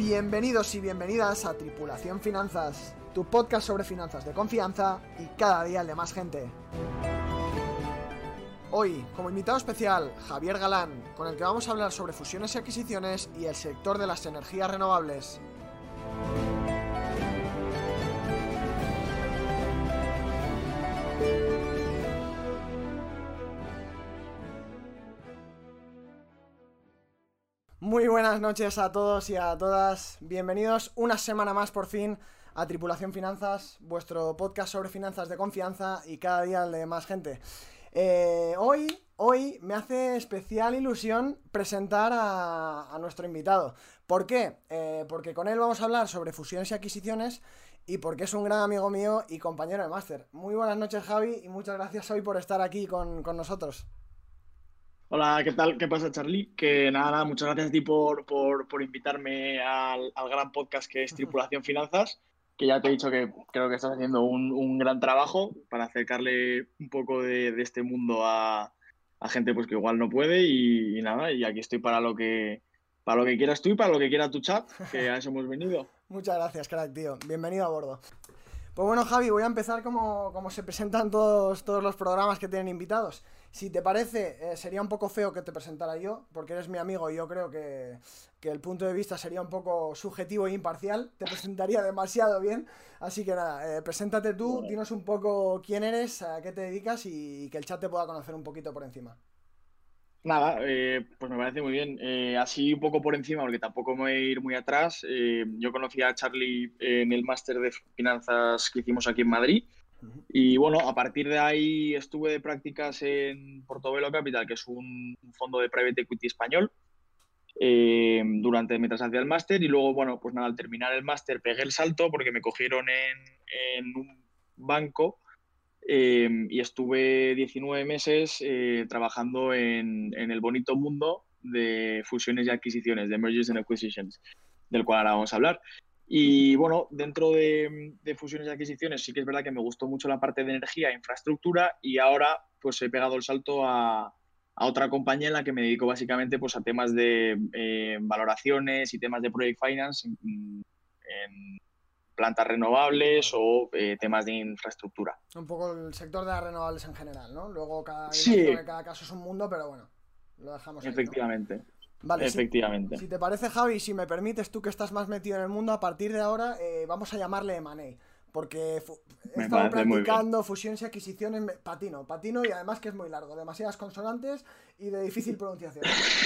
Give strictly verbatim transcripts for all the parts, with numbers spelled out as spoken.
Bienvenidos y bienvenidas a Tripulación Finanzas, tu podcast sobre finanzas de confianza y cada día el de más gente. Hoy, como invitado especial, Javier Galán, con el que vamos a hablar sobre fusiones y adquisiciones y el sector de las energías renovables. Muy buenas noches a todos y a todas. Bienvenidos una semana más por fin a Tripulación Finanzas, vuestro podcast sobre finanzas de confianza y cada día el de más gente. Eh, hoy, hoy me hace especial ilusión presentar a, a nuestro invitado. ¿Por qué? Eh, porque con él vamos a hablar sobre fusiones y adquisiciones y porque es un gran amigo mío y compañero de máster. Muy buenas noches, Javi, y muchas gracias hoy por estar aquí con, con nosotros. Hola, ¿qué tal? ¿Qué pasa, Charlie? Que nada, nada, muchas gracias a ti por, por, por invitarme al, al gran podcast que es Tripulación Finanzas, que ya te he dicho que creo que estás haciendo un, un gran trabajo para acercarle un poco de, de este mundo a, a gente pues que igual no puede y, y nada, y aquí estoy para lo que para lo que quieras tú y para lo que quiera tu chat, que a eso hemos venido. Muchas gracias, crack, tío. Bienvenido a bordo. Pues bueno, Javi, voy a empezar como, como se presentan todos, todos los programas que tienen invitados. Si te parece, eh, sería un poco feo que te presentara yo, porque eres mi amigo y yo creo que, que el punto de vista sería un poco subjetivo e imparcial. Te presentaría demasiado bien. Así que nada, eh, preséntate tú, Bueno. dinos un poco quién eres, a qué te dedicas y, y que el chat te pueda conocer un poquito por encima. Nada, eh, pues me parece muy bien. Eh, así un poco por encima, porque tampoco me voy a ir muy atrás. Eh, yo conocí a Charlie en el máster de finanzas que hicimos aquí en Madrid. Uh-huh. Y bueno, a partir de ahí estuve de prácticas en Portobello Capital, que es un fondo de private equity español, eh, durante mientras hacía el máster. Y luego, bueno, pues nada, al terminar el máster pegué el salto porque me cogieron en, en un banco. Eh, y estuve diecinueve meses eh, trabajando en, en el bonito mundo de fusiones y adquisiciones, de mergers and acquisitions, del cual ahora vamos a hablar. Y bueno, dentro de, de fusiones y adquisiciones sí que es verdad que me gustó mucho la parte de energía e infraestructura y ahora pues he pegado el salto a, a otra compañía en la que me dedico básicamente pues a temas de eh, valoraciones y temas de project finance en, en plantas renovables o eh, temas de infraestructura. Un poco el sector de las renovables en general, ¿no? Luego cada, imagino que Sí, cada caso es un mundo, pero bueno, lo dejamos ahí, ¿no? efectivamente, Vale, si, efectivamente. si te parece, Javi, si me permites, tú que estás más metido en el mundo, a partir de ahora eh, vamos a llamarle M and A. Porque fu- he Me estado parece muy bien. practicando fusiones y adquisiciones, me- patino, patino y además que es muy largo, demasiadas consonantes y de difícil pronunciación.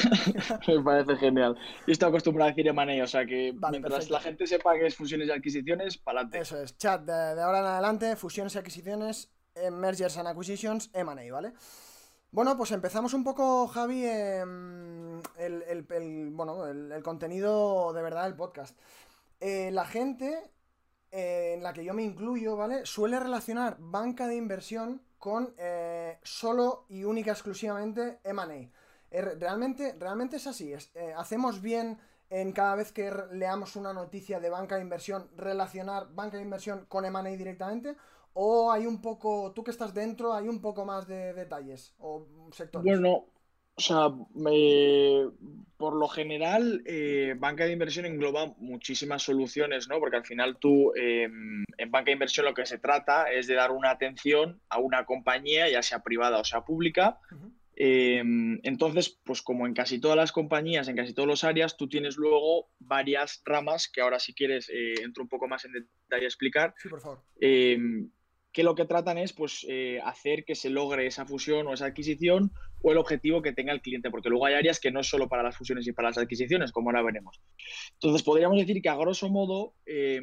Me parece genial. Yo estoy acostumbrado a decir M and A, o sea que Vale, mientras la perfecto. gente sepa que es fusiones y adquisiciones, para adelante. Eso es, chat, de, de ahora en adelante, fusiones y adquisiciones, eh, mergers and acquisitions, M and A, ¿vale? Bueno, pues empezamos un poco, Javi, eh, el, el- el- bueno, el, el contenido de verdad del podcast. Eh, la gente, eh, en la que yo me incluyo, ¿vale? Suele relacionar banca de inversión con eh, solo y única exclusivamente M and A. Eh, realmente, realmente es así. Es, eh, hacemos bien en cada vez que re- leamos una noticia de banca de inversión relacionar banca de inversión con M and A directamente. ¿O hay un poco, tú que estás dentro, hay un poco más de detalles o sectores? Bueno, o sea, me- por lo general, eh, banca de inversión engloba muchísimas soluciones, ¿no? Porque al final tú, eh, en banca de inversión lo que se trata es de dar una atención a una compañía, ya sea privada o sea pública. Ujú. Eh, entonces, pues como en casi todas las compañías, en casi todas las áreas, tú tienes luego varias ramas que ahora si quieres eh, entro un poco más en detalle a explicar, Sí, por favor. eh, que lo que tratan es pues eh, hacer que se logre esa fusión o esa adquisición o el objetivo que tenga el cliente, porque luego hay áreas que no es solo para las fusiones y para las adquisiciones, como ahora veremos. Entonces, podríamos decir que a grosso modo, eh,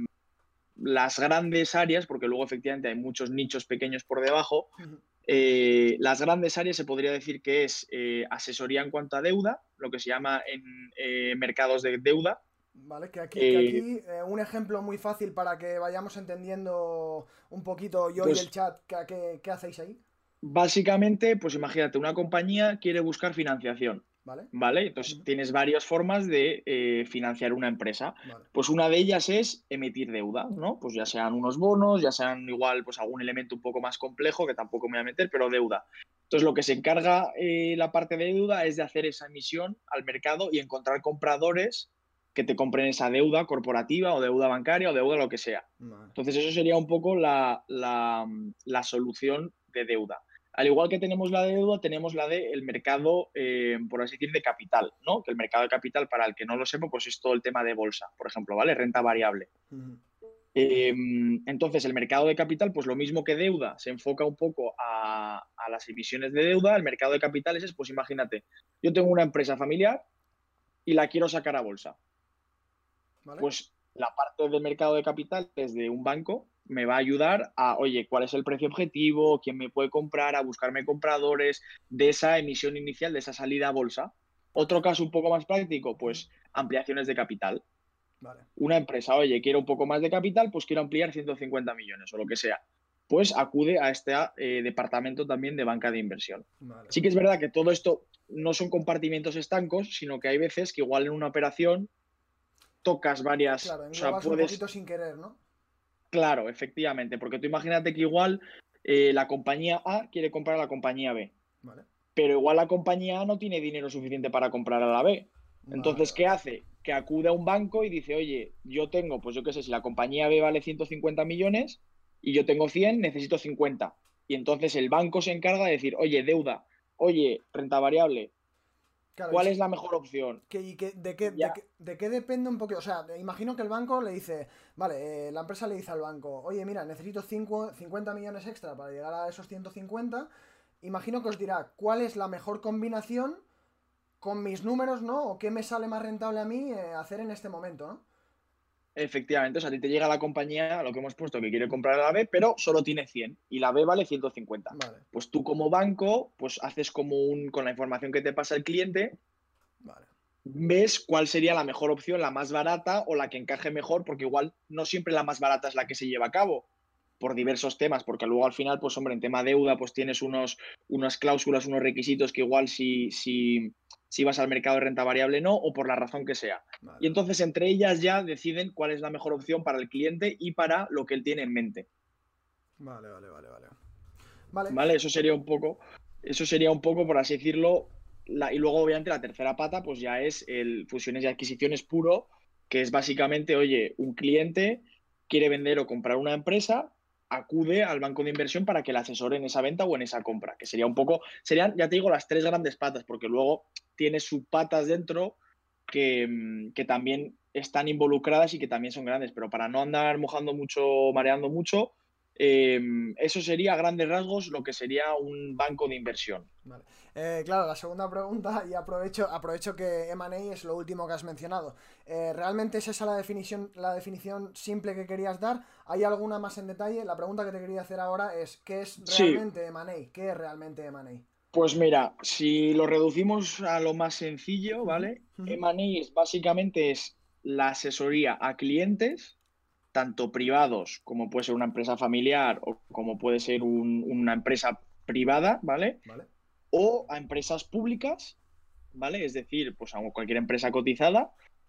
las grandes áreas, porque luego efectivamente hay muchos nichos pequeños por debajo, Ujú. eh, las grandes áreas se podría decir que es eh, asesoría en cuanto a deuda, lo que se llama en eh, mercados de deuda. Vale, que aquí, que Eh, aquí eh, un ejemplo muy fácil para que vayamos entendiendo un poquito yo y el pues chat, ¿qué, qué- qué hacéis ahí? básicamente, pues imagínate, una compañía quiere buscar financiación, ¿Vale? ¿vale? Entonces Ujú. tienes varias formas de eh, financiar una empresa. Vale. Pues una de ellas es emitir deuda, ¿no? Pues ya sean unos bonos, ya sean igual, pues algún elemento un poco más complejo que tampoco me voy a meter, pero deuda. Entonces lo que se encarga eh, la parte de deuda es de hacer esa emisión al mercado y encontrar compradores que te compren esa deuda corporativa o deuda bancaria o deuda lo que sea. Vale. Entonces, eso sería un poco la, la, la solución de deuda. Al igual que tenemos la de deuda, tenemos la del mercado, eh, por así decir, de capital, ¿no? Que el mercado de capital, para el que no lo sepa, pues es todo el tema de bolsa, por ejemplo, ¿vale? Renta variable. Ujú. Eh, entonces, el mercado de capital, pues lo mismo que deuda, se enfoca un poco a, a las emisiones de deuda. El mercado de capitales es, pues imagínate, yo tengo una empresa familiar y la quiero sacar a bolsa. ¿Vale? Pues la parte del mercado de capitales de un banco me va a ayudar a, oye, cuál es el precio objetivo, quién me puede comprar, a buscarme compradores de esa emisión inicial, de esa salida a bolsa. Otro caso un poco más práctico, pues ampliaciones de capital. Vale. Una empresa, oye, quiero un poco más de capital, pues quiero ampliar ciento cincuenta millones o lo que sea. Pues acude a este eh, departamento también de banca de inversión. Vale. Sí que es verdad que todo esto no son compartimentos estancos, sino que hay veces que igual en una operación tocas varias, Claro, o sea, englobas un puedes, poquito sin querer, ¿no? claro, efectivamente, porque tú imagínate que igual eh, la compañía A quiere comprar a la compañía B, Vale. pero igual la compañía A no tiene dinero suficiente para comprar a la B. Entonces, Vale, ¿qué vale. hace? Que acude a un banco y dice, oye, yo tengo, pues yo qué sé, si la compañía B vale ciento cincuenta millones y yo tengo cien, necesito cincuenta. Y entonces el banco se encarga de decir, oye, deuda, oye, renta variable, Claro, y ¿cuál es si- la mejor opción? que- y que- de, qué, Y de, ya, qué, de qué depende un poquito? O sea, imagino que el banco le dice, vale, eh, la empresa le dice al banco, oye, mira, necesito cinco cincuenta millones extra para llegar a esos ciento cincuenta. Imagino que os dirá cuál es la mejor combinación con mis números, ¿no? O qué me sale más rentable a mí eh, hacer en este momento, ¿no? efectivamente, o sea, a ti te llega la compañía, lo que hemos puesto, que quiere comprar a la B, pero solo tiene cien y la B vale ciento cincuenta. Vale, Pues tú como banco, pues haces como un, con la información que te pasa el cliente, vale. ves cuál sería la mejor opción, la más barata o la que encaje mejor, porque igual no siempre la más barata es la que se lleva a cabo por diversos temas, porque luego al final, pues hombre, en tema deuda, pues tienes unos, unas cláusulas, unos requisitos que igual si, si, si vas al mercado de renta variable no, o por la razón que sea. Y Vale, vale. entonces entre ellas ya deciden cuál es la mejor opción para el cliente y para lo que él tiene en mente. Vale, vale, vale, vale. Vale, ¿Vale? Eso sería un poco, eso sería un poco, por así decirlo, la, y luego obviamente la tercera pata, pues ya es el fusiones y adquisiciones puro, que es básicamente, oye, un cliente quiere vender o comprar una empresa, acude al banco de inversión para que le asesore en esa venta o en esa compra, que sería un poco, serían, ya te digo, las tres grandes patas, porque luego tiene subpatas dentro que, mm, que también están involucradas y que también son grandes, pero para no andar mojando mucho, mareando mucho, eh, eso sería a grandes rasgos lo que sería un banco de inversión. vale. Eh, claro, la segunda pregunta, y aprovecho, aprovecho que M and A es lo último que has mencionado. Eh, ¿realmente es esa la definición, la definición simple que querías dar? ¿Hay alguna más en detalle? La pregunta que te quería hacer ahora es, ¿qué es Sí, realmente M and A? ¿Qué es realmente M and A? pues mira, si lo reducimos a lo más sencillo, Ujú, ¿vale? ujú. M and A es básicamente es la asesoría a clientes, tanto privados como puede ser una empresa familiar o como puede ser un- una empresa privada, ¿vale? Vale, O a empresas públicas, ¿vale? Es decir, pues a cualquier empresa cotizada.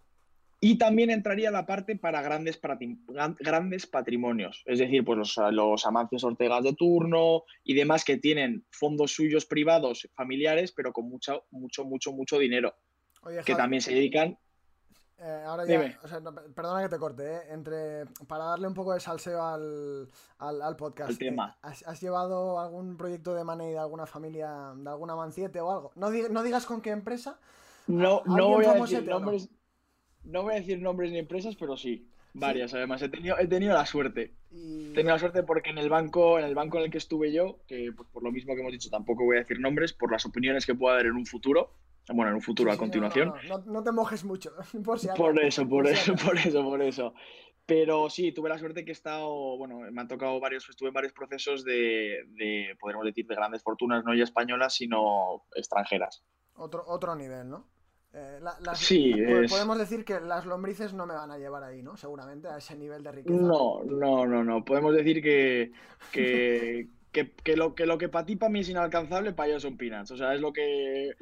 Y también entraría la parte para grandes, prati- gran- grandes patrimonios, es decir, pues los, los Amancios Ortegas de turno y demás que tienen fondos suyos privados familiares, pero con mucho, mucho, mucho, mucho dinero, oye que Javi, también se dedican. eh, ahora ya, Dime, o sea, no, perdona que te corte, ¿eh? Entre, para darle un poco de salseo al, al, al al podcast, eh, tema. ¿has, has llevado algún proyecto de M and A de alguna familia, de alguna manciete o algo? No, di- no digas con qué empresa, No, ¿a- no ¿alguien voy a decir famosete o no? nombres, no voy a decir nombres ni empresas, pero sí, ¿Sí? varias además. He tenido, he tenido la suerte. He Y... tenido la suerte porque en el banco, en el banco en el que estuve yo, que pues, por lo mismo que hemos dicho, tampoco voy a decir nombres, por las opiniones que pueda haber en un futuro, bueno, en un Sí, futuro a sí, no, no, continuación. no, no, no te mojes mucho, por si Por acaso, eso, por por si eso, acaso. por eso, por eso. Pero sí, tuve la suerte que he estado, bueno, me han tocado varios, estuve en varios procesos de, de, podríamos decir, de grandes fortunas, no ya españolas, sino extranjeras. Otro, otro nivel, ¿no? Eh, la- las, Sí, la- po- es. podemos decir que las lombrices no me van a llevar ahí, ¿no? Seguramente, a ese nivel de riqueza. No, no, no, no. Podemos decir que, que, que, que lo, que lo que para ti, para mí es inalcanzable, para ellos son peanuts. O sea, es lo que.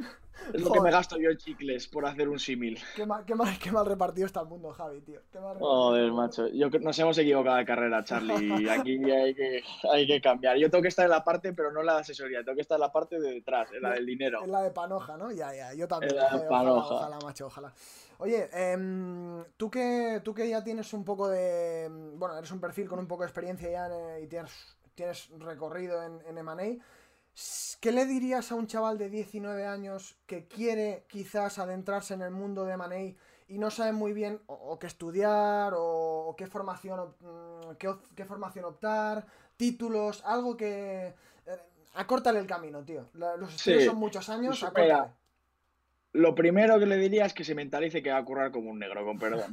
Es lo que me gasto yo en chicles por hacer un símil. Qué mal, qué, mal, qué mal repartido está el mundo, Javi, tío. Qué mal Joder, macho. Yo, nos hemos equivocado de carrera, Charlie. Aquí hay que, hay que cambiar. Yo tengo que estar en la parte, pero no en la asesoría. Tengo que estar en la parte de detrás, en la del dinero. En la de panoja, ¿no? Ya, ya. Yo también. En la de panoja. Ojalá, ojalá, macho, ojalá. Oye, eh, ¿tú, que, tú que ya tienes un poco de... Bueno, eres un perfil con un poco de experiencia ya en, y tienes, tienes recorrido en, en M and A. ¿Qué le dirías a un chaval de diecinueve años que quiere quizás adentrarse en el mundo de M and A y no sabe muy bien o, o qué estudiar o, o qué formación qué, qué formación optar, títulos, algo que... Eh, acórtale el camino, tío. Los estudios sí, son muchos años, sí, acórtale. Mira, lo primero que le diría es que se mentalice que va a currar como un negro, con perdón.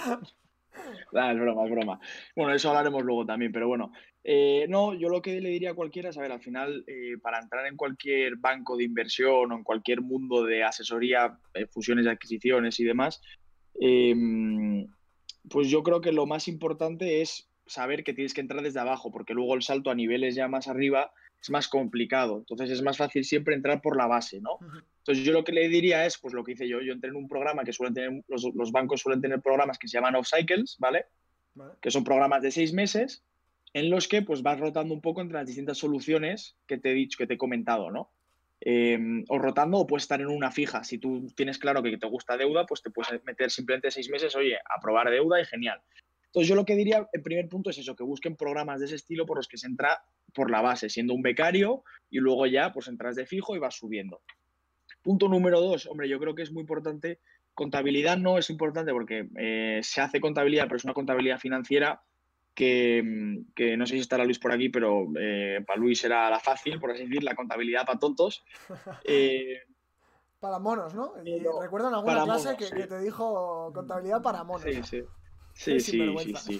Nah, es broma, es broma. Bueno, eso hablaremos luego también, pero bueno. Eh, no, yo lo que le diría a cualquiera es, a ver, al final, eh, para entrar en cualquier banco de inversión o en cualquier mundo de asesoría, eh, fusiones y adquisiciones y demás, eh, pues yo creo que lo más importante es saber que tienes que entrar desde abajo, porque luego el salto a niveles ya más arriba es más complicado. Entonces es más fácil siempre entrar por la base, ¿no? Entonces yo lo que le diría es, pues lo que hice yo, yo entré en un programa que suelen tener, los, los bancos suelen tener programas que se llaman off-cycles, ¿vale? ¿vale? Que son programas de seis meses en los que pues vas rotando un poco entre las distintas soluciones que te he dicho, que te he comentado, ¿no? Eh, o rotando o puedes estar en una fija. Si tú tienes claro que te gusta deuda, pues te puedes meter simplemente seis meses, oye, a probar deuda y genial. Entonces yo lo que diría en primer punto es eso, que busquen programas de ese estilo por los que se entra por la base, siendo un becario y luego ya pues entras de fijo y vas subiendo. Punto número dos, hombre, yo creo que es muy importante, contabilidad no es importante porque eh, se hace contabilidad, pero es una contabilidad financiera que, que no sé si estará Luis por aquí, pero eh, para Luis era la fácil, por así decir, la contabilidad para tontos. Eh, para monos, ¿no? Y recuerdo en alguna clase monos, que, sí. que te dijo contabilidad para monos. Sí, sí. Sí, sí, sí, sí.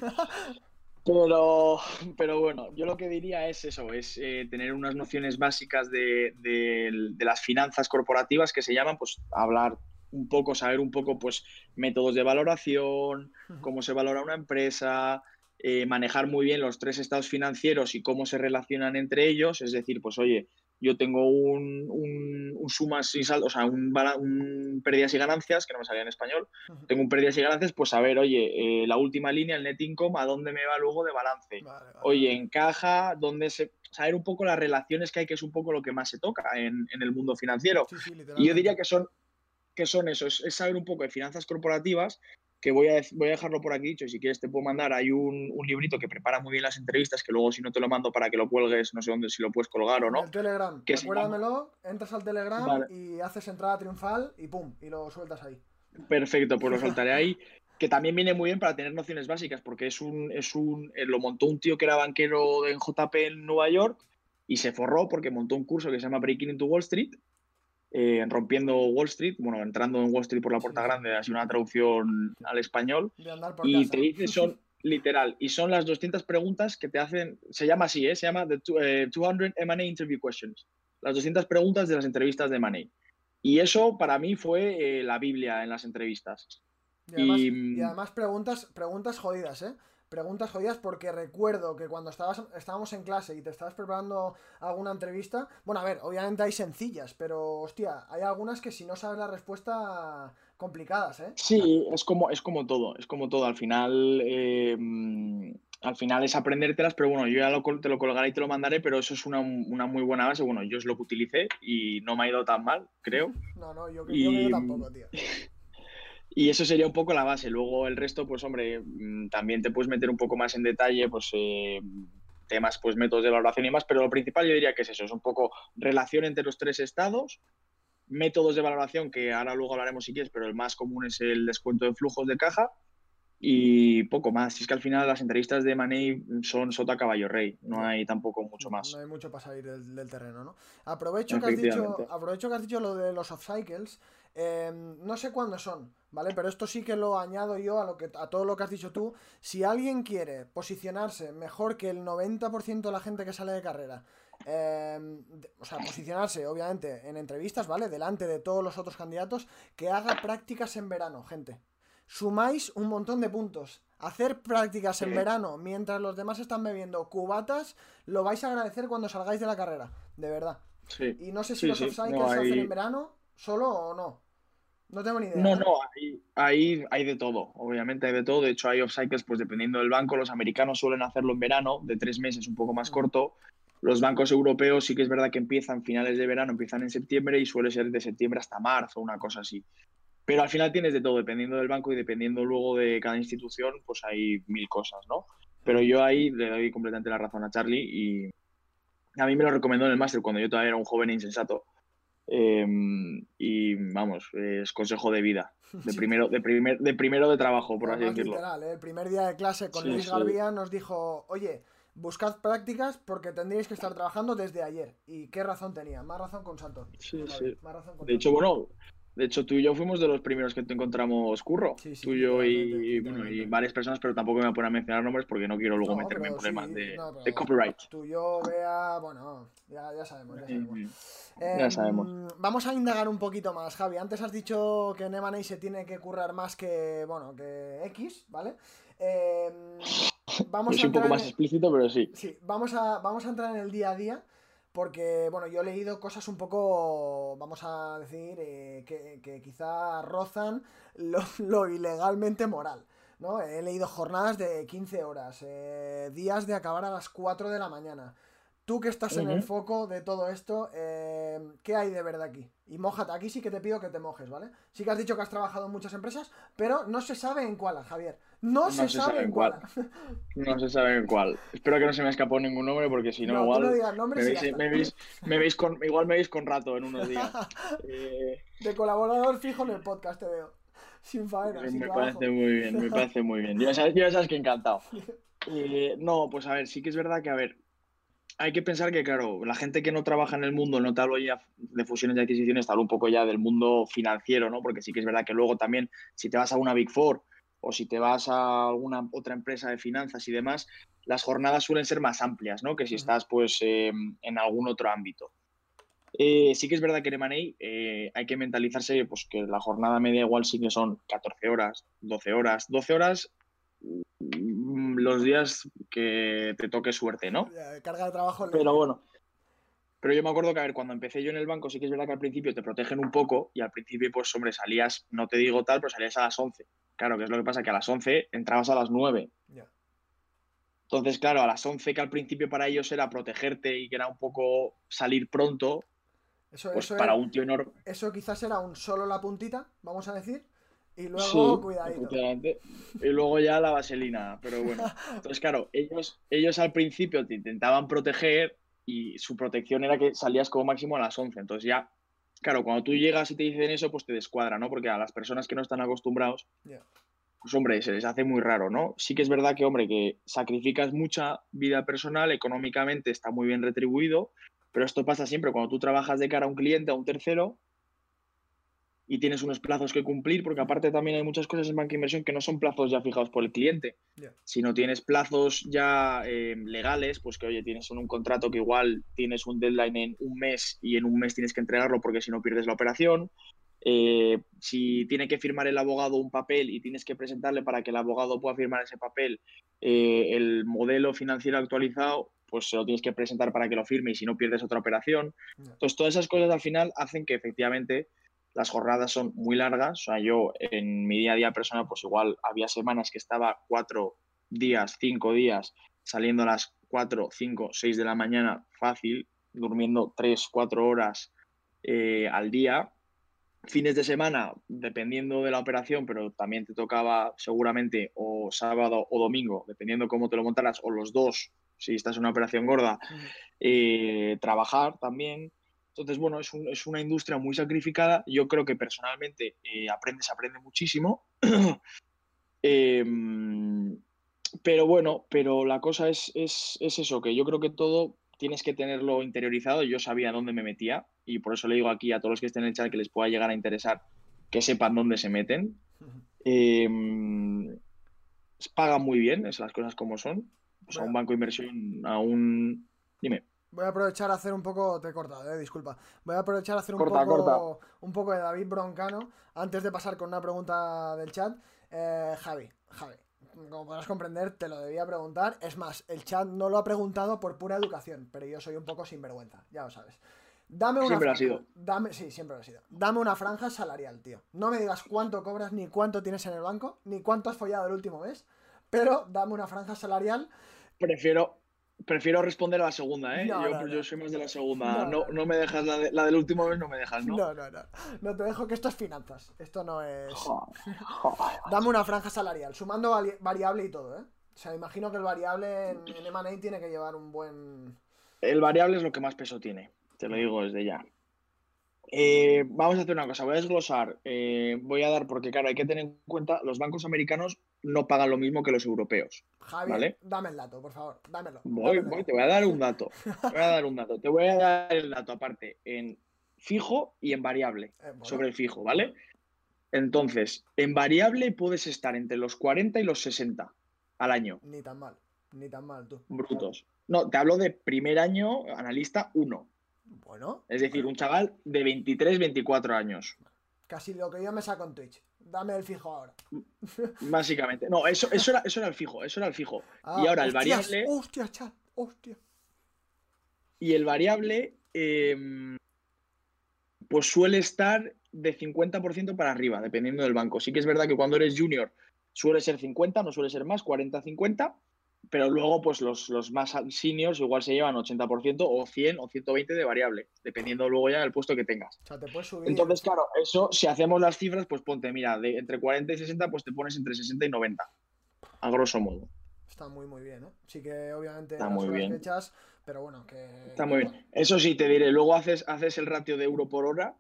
Pero, pero bueno, yo lo que diría es eso, es eh, tener unas nociones básicas de, de, de las finanzas corporativas que se llaman, pues hablar un poco, saber un poco, pues métodos de valoración, cómo se valora una empresa, eh, manejar muy bien los tres estados financieros y cómo se relacionan entre ellos, es decir, pues oye, yo tengo un, un, un sumas y saldos, o sea, un, un pérdidas y ganancias, que no me salía en español, uh-huh. tengo un pérdidas y ganancias, pues a ver, oye, eh, la última línea, el net income, ¿a dónde me va luego de balance? Vale, vale, oye, vale. encaja, ¿dónde se...? Saber un poco las relaciones que hay, que es un poco lo que más se toca en, en el mundo financiero. Sí, sí, y yo diría que son, que son eso, es, es saber un poco de finanzas corporativas, que voy a, voy a dejarlo por aquí dicho, y si quieres te puedo mandar, hay un, un librito que prepara muy bien las entrevistas, que luego si no te lo mando para que lo cuelgues, no sé dónde, si lo puedes colgar o no. El Telegram, que acuérdamelo, llama... entras al Telegram vale. y haces entrada triunfal y pum, y lo sueltas ahí. Perfecto, pues lo soltaré ahí, que también viene muy bien para tener nociones básicas, porque es un, es un eh, lo montó un tío que era banquero en J P en Nueva York y se forró porque montó un curso que se llama Breaking into Wall Street, Eh, rompiendo Wall Street, bueno, entrando en Wall Street por la puerta sí, grande, así una traducción al español, y casa. Te dice, son literal, y son las doscientas preguntas que te hacen, se llama así, ¿eh? Se llama The uh, doscientas M and A Interview Questions, las doscientas preguntas de las entrevistas de M and A. Y eso para mí fue eh, la Biblia en las entrevistas. Y además, y... y además preguntas, preguntas jodidas, ¿eh? Preguntas jodidas porque recuerdo que cuando estabas, estábamos en clase y te estabas preparando alguna entrevista, bueno, a ver, obviamente hay sencillas, pero hostia, hay algunas que si no sabes la respuesta, complicadas, ¿eh? Sí, es como, es como todo, es como todo, al final, eh, al final es aprendértelas, pero bueno, yo ya lo, te lo colgaré y te lo mandaré, pero eso es una, una muy buena base, bueno, yo es lo que utilicé y no me ha ido tan mal, creo. No, no, yo, y... yo, yo tampoco, tío. Y eso sería un poco la base. Luego el resto, pues hombre, también te puedes meter un poco más en detalle, pues eh, temas, pues métodos de valoración y más, pero lo principal yo diría que es eso, es un poco relación entre los tres estados, métodos de valoración, que ahora luego hablaremos si quieres, pero el más común es el descuento de flujos de caja y poco más. Si es que al final las entrevistas de M and A son sota caballo rey, no sí. hay tampoco mucho más. No hay mucho para salir del, del terreno, ¿no? Aprovecho que has dicho, aprovecho que has dicho lo de los off-cycles. Eh, no sé cuándo son, ¿vale? Pero esto sí que lo añado yo a, lo que, a todo lo que has dicho tú. Si alguien quiere posicionarse mejor que el noventa por ciento de la gente que sale de carrera, eh, de, o sea, posicionarse obviamente en entrevistas, ¿vale? Delante de todos los otros candidatos, que haga prácticas en verano, gente. Sumáis un montón de puntos. Hacer prácticas en verano mientras los demás están bebiendo cubatas, lo vais a agradecer cuando salgáis de la carrera, de verdad. Sí. Y no sé si sí, los sí. off-cycles no, se hay... hacen en verano ¿Solo o no? No tengo ni idea, No, ¿eh? no, ahí, ahí hay de todo, obviamente hay de todo. De hecho, hay off-cycles, pues dependiendo del banco. Los americanos suelen hacerlo en verano, de tres meses, un poco más Ujú. corto. Los bancos europeos sí que es verdad que empiezan finales de verano, empiezan en septiembre y suele ser de septiembre hasta marzo, una cosa así. Pero al final tienes de todo, dependiendo del banco y dependiendo luego de cada institución, pues hay mil cosas, ¿no? Pero Ujú. yo ahí le doy completamente la razón a Charlie y a mí me lo recomendó en el máster cuando yo todavía era un joven e insensato. Eh, y vamos, es consejo de vida, de Sí, primero, de primer, de primero de trabajo, por así además decirlo. literal, ¿eh? El primer día de clase con Sí, Luis sí, Garbía nos dijo, oye, buscad prácticas porque tendríais que estar trabajando desde ayer. ¿Y qué razón tenía? Más razón con Santos, sí, Javi, sí. más razón con De hecho, Santos. bueno, de hecho tú y yo fuimos de los primeros que te encontramos curro. Sí, sí, Tú, yo literalmente, y, bueno, y literalmente. varias personas, pero tampoco me voy a poner a mencionar nombres porque no quiero luego No, meterme en pero problemas sí, de, no, de pero copyright. tú, yo, Bea, bueno, ya, ya sabemos, ya sabemos. Mm, Ya sabemos. Em, vamos a indagar un poquito más, Javi. Antes has dicho que en M and A se tiene que currar más que, bueno, que X, ¿vale? Em, Yo vamos a soy un poco entrar más en, explícito, pero sí. sí, vamos a, vamos a entrar en el día a día, porque, bueno, yo he leído cosas un poco, vamos a decir, eh, que, que quizá rozan lo, lo ilegalmente moral, ¿no? He leído jornadas de quince horas, eh, días de acabar a las cuatro de la mañana. Tú que estás en el Ujú. foco de todo esto, eh, ¿qué hay de verdad aquí? Y mójate, aquí sí que te pido que te mojes, ¿vale? Sí que has dicho que has trabajado en muchas empresas, pero no se sabe en cuál, Javier. No No se se sabe sabe en en cuál. cuál. No se sabe en cuál. Espero que no se me escapó ningún nombre porque si no, No, tú no igual digas me nombres y ya veis, está. me veis, me veis con, igual me veis con rato en unos días. Eh, De colaborador fijo en el podcast te veo. Sin faena, sin Me trabajo. parece muy bien, me parece muy bien. Yo ya sabes, yo ya sabes que encantado. Eh, no, pues a ver, sí que es verdad que, a ver, hay que pensar que, claro, la gente que no trabaja en el mundo, no te hablo ya de fusiones y adquisiciones, te hablo un poco ya del mundo financiero, ¿no? Porque sí que es verdad que luego también, si te vas a una Big Four o si te vas a alguna otra empresa de finanzas y demás, las jornadas suelen ser más amplias, ¿no? Que si estás, pues, eh, en algún otro ámbito. Eh, sí que es verdad que en M and A eh, hay que mentalizarse pues, que la jornada media igual sí que son catorce horas, doce horas. doce horas mm, los días que te toque suerte, ¿no? Carga de trabajo Pero leve. bueno, pero yo me acuerdo que, a ver, cuando empecé yo en el banco, sí que es verdad que al principio te protegen un poco y al principio, pues, hombre, salías, no te digo tal, pero salías a las once. Claro, que es lo que pasa, que a las once entrabas a las nueve. Ya. Entonces, claro, a las once que al principio para ellos era protegerte y que era un poco salir pronto, Eso, pues eso para es. un tío enorme. Eso quizás era un solo la puntita, vamos a decir. Y luego, Sí, cuidadito. efectivamente. Y luego ya la vaselina, pero bueno. Entonces, claro, ellos, ellos al principio te intentaban proteger y su protección era que salías como máximo a las once. Entonces ya, claro, cuando tú llegas y te dicen eso, pues te descuadra, ¿no? Porque a las personas que no están acostumbrados, Ya. pues hombre, se les hace muy raro, ¿no? Sí que es verdad que, hombre, que sacrificas mucha vida personal, económicamente está muy bien retribuido, pero esto pasa siempre cuando tú trabajas de cara a un cliente, a un tercero, y tienes unos plazos que cumplir, porque Ujú. aparte también hay muchas cosas en banca de inversión que no son plazos ya fijados por el cliente, Ya. sino tienes plazos ya eh, legales, pues que oye, tienes un, un contrato que igual tienes un deadline en un mes y en un mes tienes que entregarlo porque si no pierdes la operación. Eh, si tiene que firmar el abogado un papel y tienes que presentarle para que el abogado pueda firmar ese papel eh, el modelo financiero actualizado, pues se lo tienes que presentar para que lo firme y si no pierdes otra operación. Ya. Entonces, todas esas cosas al final hacen que efectivamente las jornadas son muy largas. O sea, yo en mi día a día personal, pues igual había semanas que estaba cuatro días, cinco días, saliendo a las cuatro, cinco, seis de la mañana fácil, durmiendo tres, cuatro horas eh, al día. Fines de semana, dependiendo de la operación, pero también te tocaba seguramente o sábado o domingo, dependiendo cómo te lo montaras, o los dos, si estás en una operación gorda, Ujú. eh, trabajar también. Entonces, bueno, es, un, es, una industria muy sacrificada. Yo creo que personalmente eh, aprendes, aprende muchísimo. eh, pero bueno, pero la cosa es, es, es eso, que yo creo que todo tienes que tenerlo interiorizado. Yo sabía dónde me metía y por eso le digo aquí a todos los que estén en el chat que les pueda llegar a interesar que sepan dónde se meten. Ujú. Eh, pagan muy bien, es las cosas como son. Pues Voy a un a, banco de inversión, a un... Dime, voy a aprovechar a hacer un poco. Te he cortado, eh, disculpa. Voy a aprovechar a hacer un corta, corta. poco. Un poco de David Broncano. Antes de pasar con una pregunta del chat. Eh, Javi, Javi. Como podrás comprender, te lo debía preguntar. Es más, el chat no lo ha preguntado por pura educación, pero yo soy un poco sinvergüenza, ya lo sabes. Dame una Siempre lo ha franja. sido. Dame, sí, siempre lo ha sido. Dame una franja salarial, tío. No me digas cuánto cobras, ni cuánto tienes en el banco, ni cuánto has follado el último mes, pero dame una franja salarial. Prefiero, prefiero responder a la segunda, ¿eh? No, Yo, no, yo no. soy más de la segunda. No, No, no, no no. me dejas la, de- la del último mes, no me dejas, ¿no? No, no, no. No te dejo que esto es finanzas. Esto no es. Joder, joder. Dame una franja salarial, sumando vari- variable y todo, ¿eh? O sea, imagino que el variable en, en M and A tiene que llevar un buen. El variable es lo que más peso tiene, te lo digo desde ya. Eh, vamos a hacer una cosa, voy a desglosar, eh, voy a dar, porque claro, hay que tener en cuenta, los bancos americanos no pagan lo mismo que los europeos, Javier, ¿vale? dame el dato, por favor. Dámelo. Voy, Dámelo voy, ya. te voy a dar un dato, te voy a dar un dato, te voy a dar el dato aparte en fijo y en variable, Eh, bueno, sobre el fijo, bueno. ¿vale? Entonces, en variable puedes estar entre los cuarenta y los sesenta al año, Ni tan mal. Ni tan mal, tú. brutos. No, te hablo de primer año, analista uno, Bueno, es decir, bueno. un chaval de veintitrés, veinticuatro años. Casi lo que yo me saco en Twitch. Dame el fijo ahora. Básicamente. No, eso, eso, era, eso era el fijo, eso era el fijo. Ah, Y ahora el hostias, variable. hostia, chat, hostia. Y el variable, eh, pues suele estar de cincuenta por ciento para arriba, dependiendo del banco. Sí que es verdad que cuando eres junior suele ser cincuenta, no suele ser más, cuarenta cincuenta, pero luego pues los, los más seniors igual se llevan ochenta por ciento o cien o ciento veinte de variable, dependiendo luego ya del puesto que tengas. O sea, te puedes subir. Entonces, claro, eso, si hacemos las cifras, pues ponte, mira, de entre cuarenta y sesenta, pues te pones entre sesenta y noventa, a grosso modo. Está muy, muy bien, ¿eh? Sí que obviamente Está las muy horas que bien. echas, pero bueno, que. Está muy bien. Eso sí, te diré, luego haces, haces el ratio de euro por hora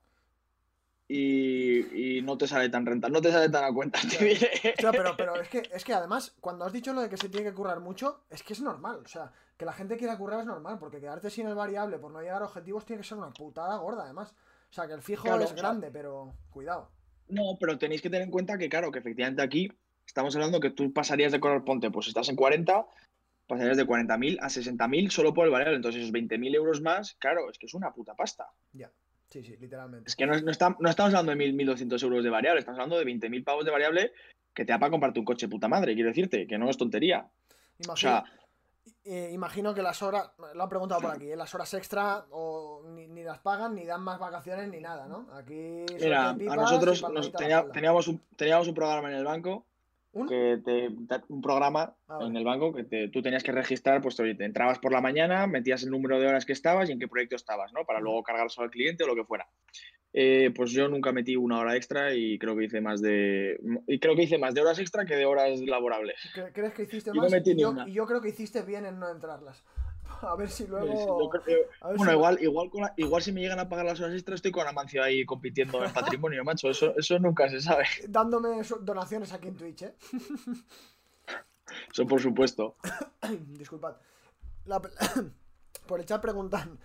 y, y no te sale tan rentable, no te sale tan a cuenta, te Hostia, diré. hostia, pero, pero es que, es que además, cuando has dicho lo de que se tiene que currar mucho, es que es normal. O sea, que la gente quiera currar es normal, porque quedarte sin el variable por no llegar a objetivos tiene que ser una putada gorda, además. O sea, que el fijo Claro, es o sea, grande, pero cuidado. no, pero tenéis que tener en cuenta que, claro, que efectivamente aquí estamos hablando que tú pasarías de cobrar, ponte, pues estás en cuarenta, pasarías de cuarenta mil a sesenta mil solo por el variable. Entonces, esos veinte mil euros más, claro, es que es una puta pasta. Ya, sí, sí, literalmente. Es que no, no, está- no estamos hablando de mil, mil doscientos euros de variable, estamos hablando de veinte mil pavos de variable que te da para comprarte un coche puta madre, quiero decirte, que no es tontería. O Imagino, sea, eh, imagino que las horas, lo han preguntado por aquí, ¿eh? Las horas extra o ni, ni las pagan, ni dan más vacaciones, ni nada, ¿no? Aquí suelta mira, y a pipas y nosotros nos palmadita a la tenía- espalda. teníamos, un, teníamos un programa en el banco ¿Un? que te, un programa Ah, en vale. el banco que te- tú tenías que registrar, pues oye, te entrabas por la mañana, metías el número de horas que estabas y en qué proyecto estabas, ¿no? Para Ujú. luego cargárselo al cliente o lo que fuera. Eh, pues yo nunca metí una hora extra y creo que hice más de y creo que hice más de horas extra que de horas laborables. ¿Cre- ¿Crees que hiciste Y no más? metí Y ni yo, una. y yo creo que hiciste bien en no entrarlas. A ver si Sí, sí, yo luego. creo que- A ver bueno, si. igual, igual, con la- igual si me llegan a pagar las horas extras, estoy con Amancio ahí compitiendo en patrimonio, macho. Eso, eso nunca se sabe. Dándome so- donaciones aquí en Twitch, ¿eh? Eso por supuesto. Disculpad. La pe- por el chat preguntan.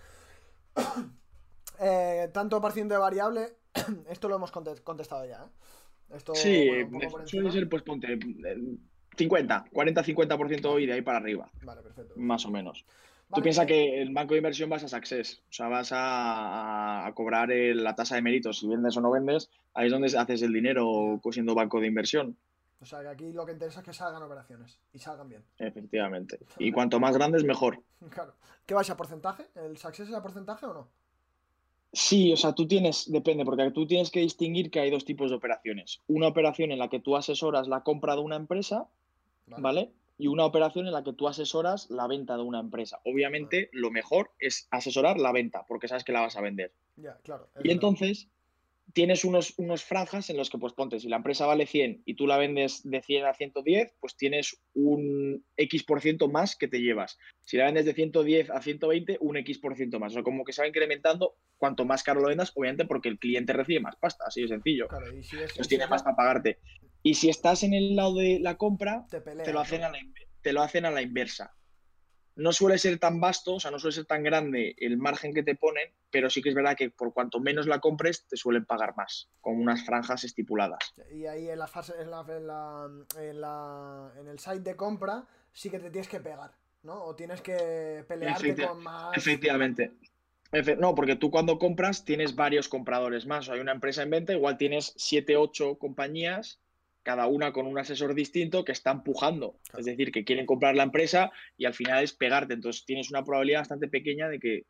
eh, tanto por ciento de variable. Esto lo hemos conte- contestado ya, ¿eh? Esto, Sí, bueno, un poco por suele encima. ser, pues ponte eh, cincuenta, cuarenta cincuenta por ciento Vale. y de ahí para arriba, Vale, perfecto. más o menos. Tú Vale, piensas eh, que en banco de inversión vas a Success, o sea, vas a, a cobrar el- la tasa de méritos. Si vendes o no vendes, ahí es donde haces el dinero ya. siendo banco de inversión, O sea, que aquí lo que interesa es que salgan operaciones. Y salgan bien. efectivamente. Y cuanto más grandes, mejor. Claro. ¿Qué vais a porcentaje? ¿El success es a porcentaje o no? Sí, o sea, tú tienes, depende, porque tú tienes que distinguir que hay dos tipos de operaciones. Una operación en la que tú asesoras la compra de una empresa, Vale. ¿vale? Y una operación en la que tú asesoras la venta de una empresa. Vale. Obviamente, lo mejor es asesorar la venta, porque sabes que la vas a vender. Ya, claro. Es Y verdad. entonces tienes unos, unos franjas en los que, pues ponte, si la empresa vale cien y tú la vendes de cien a ciento diez, pues tienes un X por ciento más que te llevas. Si la vendes de ciento diez a ciento veinte, un X por ciento más. O sea, como que se va incrementando cuanto más caro lo vendas, obviamente porque el cliente recibe más pasta, así de sencillo. Claro, y si es. Pues Y si tiene es más la- para pagarte. Y si estás en el lado de la compra, te te lo peleas, hacen ¿no? a la, in- te lo hacen a la inversa. No suele ser tan vasto, o sea, no suele ser tan grande el margen que te ponen, pero sí que es verdad que por cuanto menos la compres, te suelen pagar más, con unas franjas estipuladas. Y ahí en la fase, en la, en la, en la- en el site de compra, sí que te tienes que pegar, ¿no? O tienes que pelearte Efecti- con más. Efectivamente. Efe- No, porque tú cuando compras tienes varios compradores más. O sea, hay una empresa en venta, igual tienes siete, ocho compañías, cada una con un asesor distinto que está empujando. Claro. Es decir, que quieren comprar la empresa y al final es pegarte. Entonces tienes una probabilidad bastante pequeña de que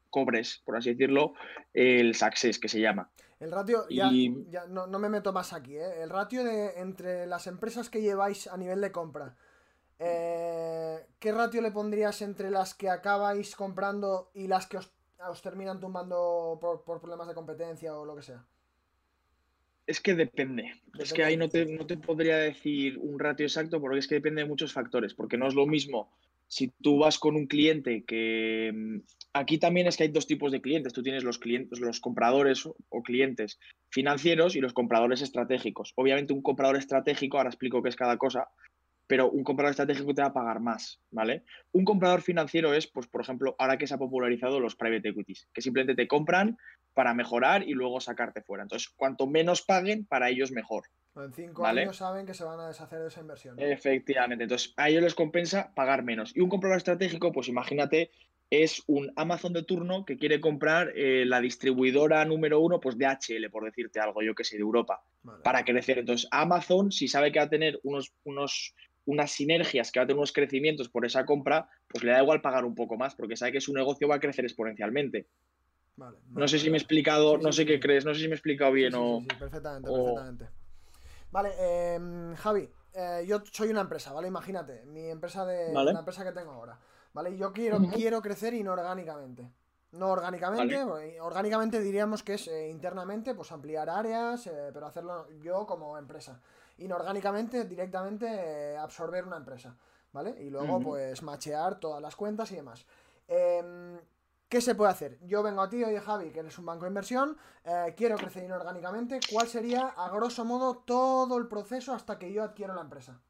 cobres, por así decirlo, el success, que se llama. El ratio, ya, Y ya no, no me meto más aquí, ¿eh? El ratio de entre las empresas que lleváis a nivel de compra. Eh, ¿qué ratio le pondrías entre las que acabáis comprando y las que os, os terminan tumbando por, por problemas de competencia o lo que sea? es que depende. Es que Depende ahí de no qué. te, no te podría decir un ratio exacto porque es que depende de muchos factores, porque no es lo mismo si tú vas con un cliente que... mm, Aquí también es que hay dos tipos de clientes. Tú tienes los clientes, los compradores o o clientes financieros y los compradores estratégicos. Obviamente un comprador estratégico, ahora explico qué es cada cosa, pero un comprador estratégico te va a pagar más, ¿vale? Un comprador financiero es, pues, por ejemplo, ahora que se ha popularizado los private equities, que simplemente te compran para mejorar y luego sacarte fuera. Entonces, cuanto menos paguen, para ellos mejor, En cinco ¿vale? años saben que se van a deshacer de esa inversión, ¿no? Efectivamente. Entonces, a ellos les compensa pagar menos. Y un comprador estratégico, pues imagínate, es un Amazon de turno que quiere comprar eh, la distribuidora número uno, pues de H L, por decirte algo, yo que sé, de Europa, Vale. para crecer. Entonces, Amazon, si sabe que va a tener unos, unos, unas sinergias, que va a tener unos crecimientos por esa compra, pues le da igual pagar un poco más, porque sabe que su negocio va a crecer exponencialmente. Vale, No vale, sé vale, si me he vale. explicado, Sí, no sí, sé sí, qué sí. crees, no sé si me he explicado Sí, bien sí, sí, o... sí, perfectamente, o... perfectamente. Vale, eh, Javi, eh, yo soy una empresa, ¿vale? Imagínate, mi empresa de la Vale. empresa que tengo ahora, ¿vale? Yo quiero, Ujú. quiero crecer inorgánicamente. No orgánicamente, Vale. porque orgánicamente diríamos que es eh, internamente, pues ampliar áreas, eh, pero hacerlo yo como empresa. Inorgánicamente, directamente eh, absorber una empresa, ¿vale? Y luego, Ujú. pues, machear todas las cuentas y demás. Em, ¿Qué se puede hacer? Yo vengo a ti, oye Javi, que eres un banco de inversión, eh, quiero crecer inorgánicamente. ¿Cuál sería, a grosso modo, todo el proceso hasta que yo adquiero la empresa?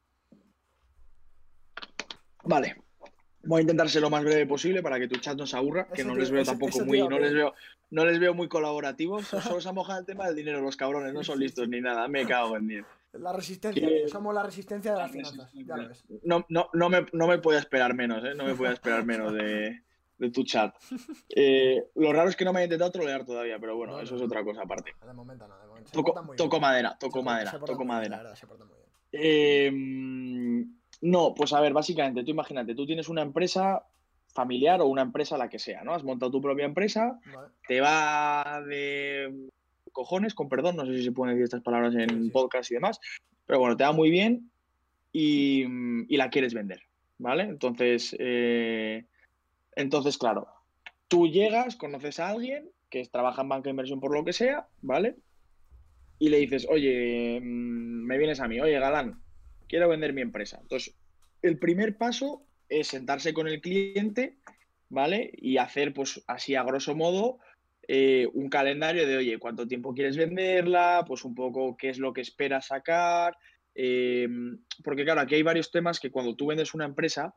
Vale. Voy a intentar ser lo más breve posible para que tu chat no se aburra, que Eso no les te, veo eso, tampoco eso te iba muy, a no les pedir. veo, no les veo muy colaborativos, solo se han mojado el tema del dinero, los cabrones, no Sí, son sí, listos sí. ni nada, me cago en diez. La resistencia, tío. Que Somos la resistencia de la las finanzas. Ya lo resistencia. ves. No, no, no me, no me podía esperar menos, ¿eh? No me podía esperar menos de, de tu chat. Eh, lo raro es que no me haya intentado trolear todavía, pero bueno, No, eso no, es no. otra cosa aparte. No, de momento no, de momento. Se portan Toco, muy bien. toco madera, Se, toco por- se madera, portan toco muy bien, la madera. verdad, se portan muy bien. Eh, no, pues a ver, básicamente, tú imagínate, tú tienes una empresa familiar o una empresa la que sea, ¿no? Has montado tu propia empresa, Vale. te va de cojones, con perdón, no sé si se pueden decir estas palabras Sí, en sí. podcast y demás, pero bueno, te va muy bien y, y la quieres vender, ¿vale? Entonces, eh, entonces, claro, tú llegas, conoces a alguien que trabaja en banca de inversión por lo que sea, ¿vale? Y le dices, oye, mm, me vienes a mí, oye, Galán, quiero vender mi empresa. Entonces, el primer paso es sentarse con el cliente, ¿vale? Y hacer, pues, así a grosso modo, eh, un calendario de, oye, cuánto tiempo quieres venderla, pues un poco qué es lo que esperas sacar. eh, Porque, claro, aquí hay varios temas que cuando tú vendes una empresa,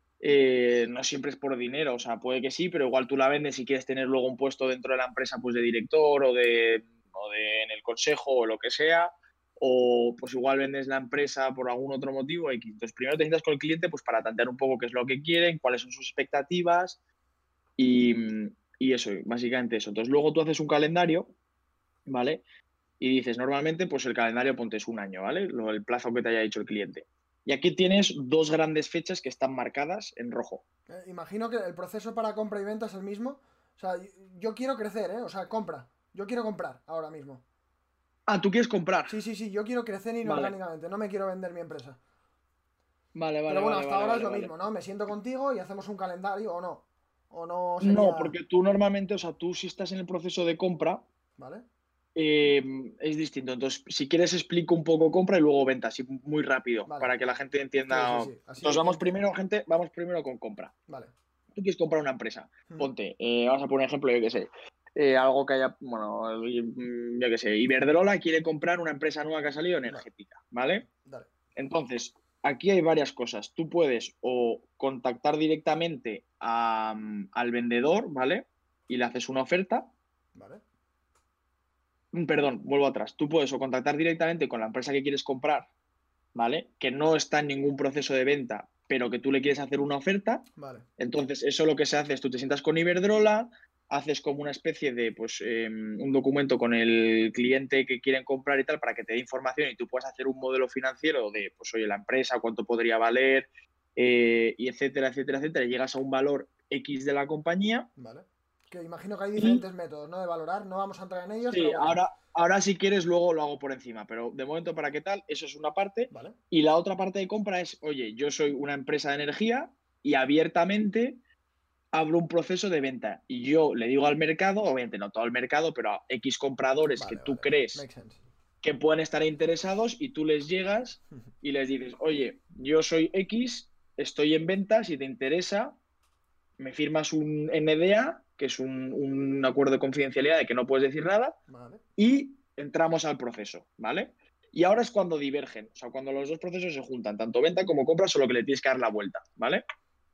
eh, no siempre es por dinero, o sea, puede que sí, pero igual tú la vendes y quieres tener luego un puesto dentro de la empresa, pues de director o de, o de en el consejo o lo que sea, o pues igual vendes la empresa por algún otro motivo. X. Entonces, primero te sientas con el cliente pues para tantear un poco qué es lo que quieren, cuáles son sus expectativas y, y eso, básicamente eso. Entonces, luego tú haces un calendario, ¿vale? Y dices, normalmente, pues el calendario ponte es un año, ¿vale? Lo, el plazo que te haya dicho el cliente. Y aquí tienes dos grandes fechas que están marcadas en rojo. Eh, imagino que el proceso para compra y venta es el mismo. O sea, yo, yo quiero crecer, ¿eh? O sea, compra. Yo quiero comprar ahora mismo. Ah, ¿tú quieres comprar? Sí, sí, sí, yo quiero crecer Vale, inorgánicamente. No me quiero vender mi empresa. vale, Pero vale, bueno, vale, hasta vale, ahora es vale, lo vale. mismo, ¿no? Me siento contigo y hacemos un calendario o no. O no No, sería. porque tú normalmente, o sea, tú si estás en el proceso de compra, ¿Vale? eh, es distinto. Entonces, si quieres, explico un poco compra y luego venta, así muy rápido, Vale, para que la vale. gente Sí, sí, entienda. sí. Así Entonces, vamos enti- primero, gente, vamos primero con compra. Vale. Tú quieres comprar una empresa, Mm, ponte, eh, vamos a poner un ejemplo, yo qué sé, eh, algo que haya, bueno, mm, yo qué sé, Iberdrola quiere comprar una empresa nueva que ha salido Vale. energética, ¿vale? Dale. Entonces, aquí hay varias cosas. Tú puedes o contactar directamente a, mm, al vendedor, ¿vale? Y le haces una oferta. Vale. Mm, Perdón, vuelvo atrás. Tú puedes o contactar directamente con la empresa que quieres comprar, ¿vale? Que no está en ningún proceso de venta, pero que tú le quieres hacer una oferta. Vale. Entonces, eso lo que se hace es tú te sientas con Iberdrola, haces como una especie de, pues, eh, un documento con el cliente que quieren comprar y tal para que te dé información y tú puedas hacer un modelo financiero de, pues, oye, la empresa, cuánto podría valer, eh, y etcétera, etcétera, etcétera. Y llegas a un valor X de la compañía Vale. Que imagino que hay Y diferentes métodos, ¿no? De valorar, no vamos a entrar en ellos, sí, pero bueno. ahora, ahora si quieres luego lo hago por encima, pero de momento para qué tal, eso es una parte. Vale. Y la otra parte de compra es, oye, yo soy una empresa de energía y abiertamente abro un proceso de venta y yo le digo al mercado, obviamente no todo el mercado, pero a X compradores que Vale, tú vale, vale. crees Make sense. que pueden estar interesados y tú les llegas y les dices, oye, yo soy X, estoy en venta, si te interesa, me firmas un N D A, que es un, un acuerdo de confidencialidad de que no puedes decir nada, Vale. y entramos al proceso, ¿vale? Y ahora es cuando divergen, o sea, cuando los dos procesos se juntan, tanto venta como compra, solo que le tienes que dar la vuelta, ¿vale?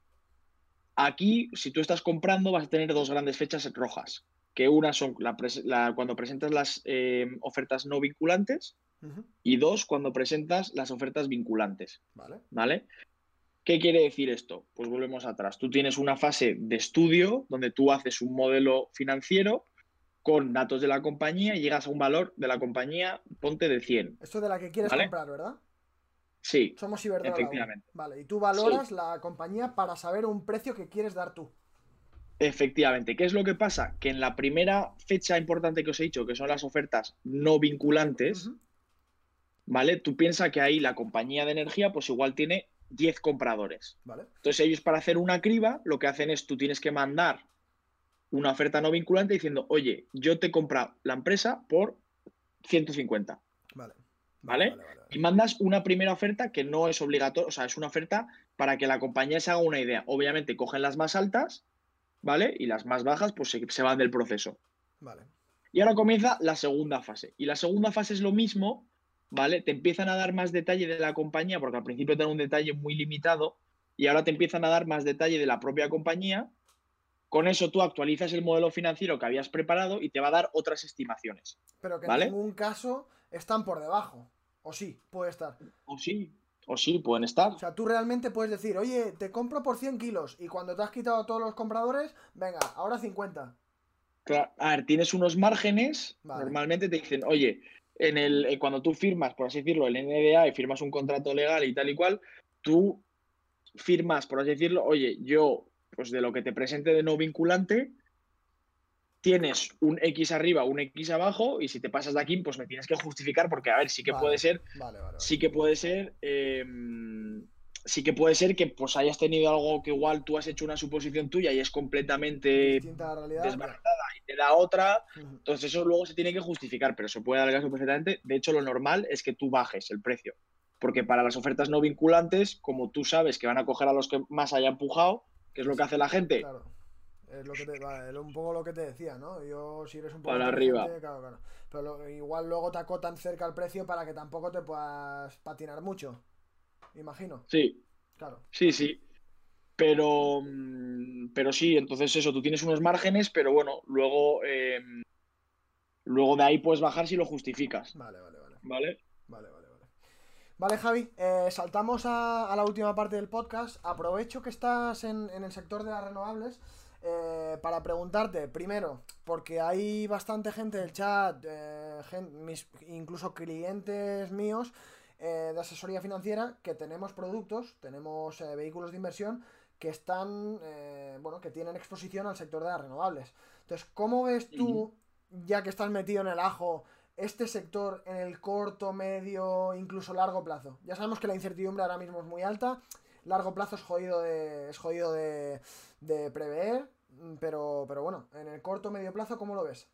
Aquí, si tú estás comprando, vas a tener dos grandes fechas rojas, que una son la pres la, cuando presentas las eh, ofertas no vinculantes Uh-huh. y dos, cuando presentas las ofertas vinculantes, Vale. ¿vale? ¿Qué quiere decir esto? Pues volvemos atrás. Tú tienes una fase de estudio donde tú haces un modelo financiero con datos de la compañía y llegas a un valor de la compañía, ponte de cien, Esto de la que quieres ¿vale? comprar, ¿verdad? Sí, Somos Iberdrola uno. efectivamente. Vale. Y tú Sí, valoras la compañía para saber un precio que quieres dar tú. efectivamente. ¿Qué es lo que pasa? Que en la primera fecha importante que os he dicho, que son las ofertas no No vinculantes. vinculantes, Uh-huh. ¿vale? Tú piensas que ahí la compañía de energía pues igual tiene diez compradores. Vale. Entonces ellos para hacer una criba lo que hacen es tú tienes que mandar una oferta no vinculante diciendo, oye, yo te he comprado la empresa por ciento cincuenta, Vale. Vale, ¿vale? vale, vale, vale. Y mandas una primera oferta que no es obligatoria, o sea, es una oferta para que la compañía se haga una idea. Obviamente cogen las más altas, ¿vale? Y las más bajas pues se, se van del proceso. Vale. Y ahora comienza la segunda fase. Y la segunda fase es lo mismo, ¿vale? Te empiezan a dar más detalle de la compañía, porque al principio te dan un detalle muy limitado, y ahora te empiezan a dar más detalle de la propia compañía. Con eso tú actualizas el modelo financiero que habías preparado y te va a dar otras estimaciones, Pero que en ¿vale? ningún caso están por debajo. O sí, puede estar. O sí, o sí, pueden estar. O sea, tú realmente puedes decir, oye, te compro por cien kilos. Y cuando te has quitado a todos los compradores, venga, ahora cincuenta. Claro, a ver, tienes unos márgenes, Vale. normalmente te dicen, oye, en el, eh, cuando tú firmas, por así decirlo, el N D A y firmas un contrato legal y tal y cual, tú firmas, por así decirlo, oye, yo, pues de lo que te presente de no vinculante, tienes un X arriba, un X abajo, y si te pasas de aquí, pues me tienes que justificar, porque, a ver, sí que puede Vale. ser, Vale, vale, vale. sí que puede ser, eh, sí que puede ser que pues hayas tenido algo que igual tú has hecho una suposición tuya y es completamente Distinta a la realidad, ya. desbaratada y te da otra, Ujú. entonces eso luego se tiene que justificar, pero se puede dar el caso perfectamente. De hecho, lo normal es que tú bajes el precio, porque para las ofertas no vinculantes, como tú sabes que van a coger a los que más haya empujado, ¿qué es lo que hace la gente? Claro. Es lo que te, vale, un poco lo que te decía, ¿no? Yo, si eres un poco Para inteligente, arriba. claro, claro. Pero lo- igual luego te acotan cerca el precio para que tampoco te puedas patinar mucho. Imagino. Sí, Claro, sí, claro. sí. Pero, mm, pero sí, entonces eso, tú tienes unos márgenes, pero bueno, luego, eh, luego de ahí puedes bajar si lo justificas, Vale, vale, vale. ¿vale? Vale, vale, vale. Vale, Javi, eh, saltamos a, a la última parte del podcast. Aprovecho que estás en, en el sector de las renovables eh, para preguntarte, primero, porque hay bastante gente del chat, eh, gen- mis, incluso clientes míos eh, de asesoría financiera, que tenemos productos, tenemos eh, vehículos de inversión que están, eh, bueno, que tienen exposición al sector de las renovables. Entonces, ¿cómo ves Ujú. tú, ya que estás metido en el ajo, este sector en el corto, medio, incluso largo plazo? Ya sabemos que la incertidumbre ahora mismo es muy alta, largo plazo es jodido de, es jodido de, de prever, pero, pero bueno, en el corto, medio plazo, ¿cómo lo ves?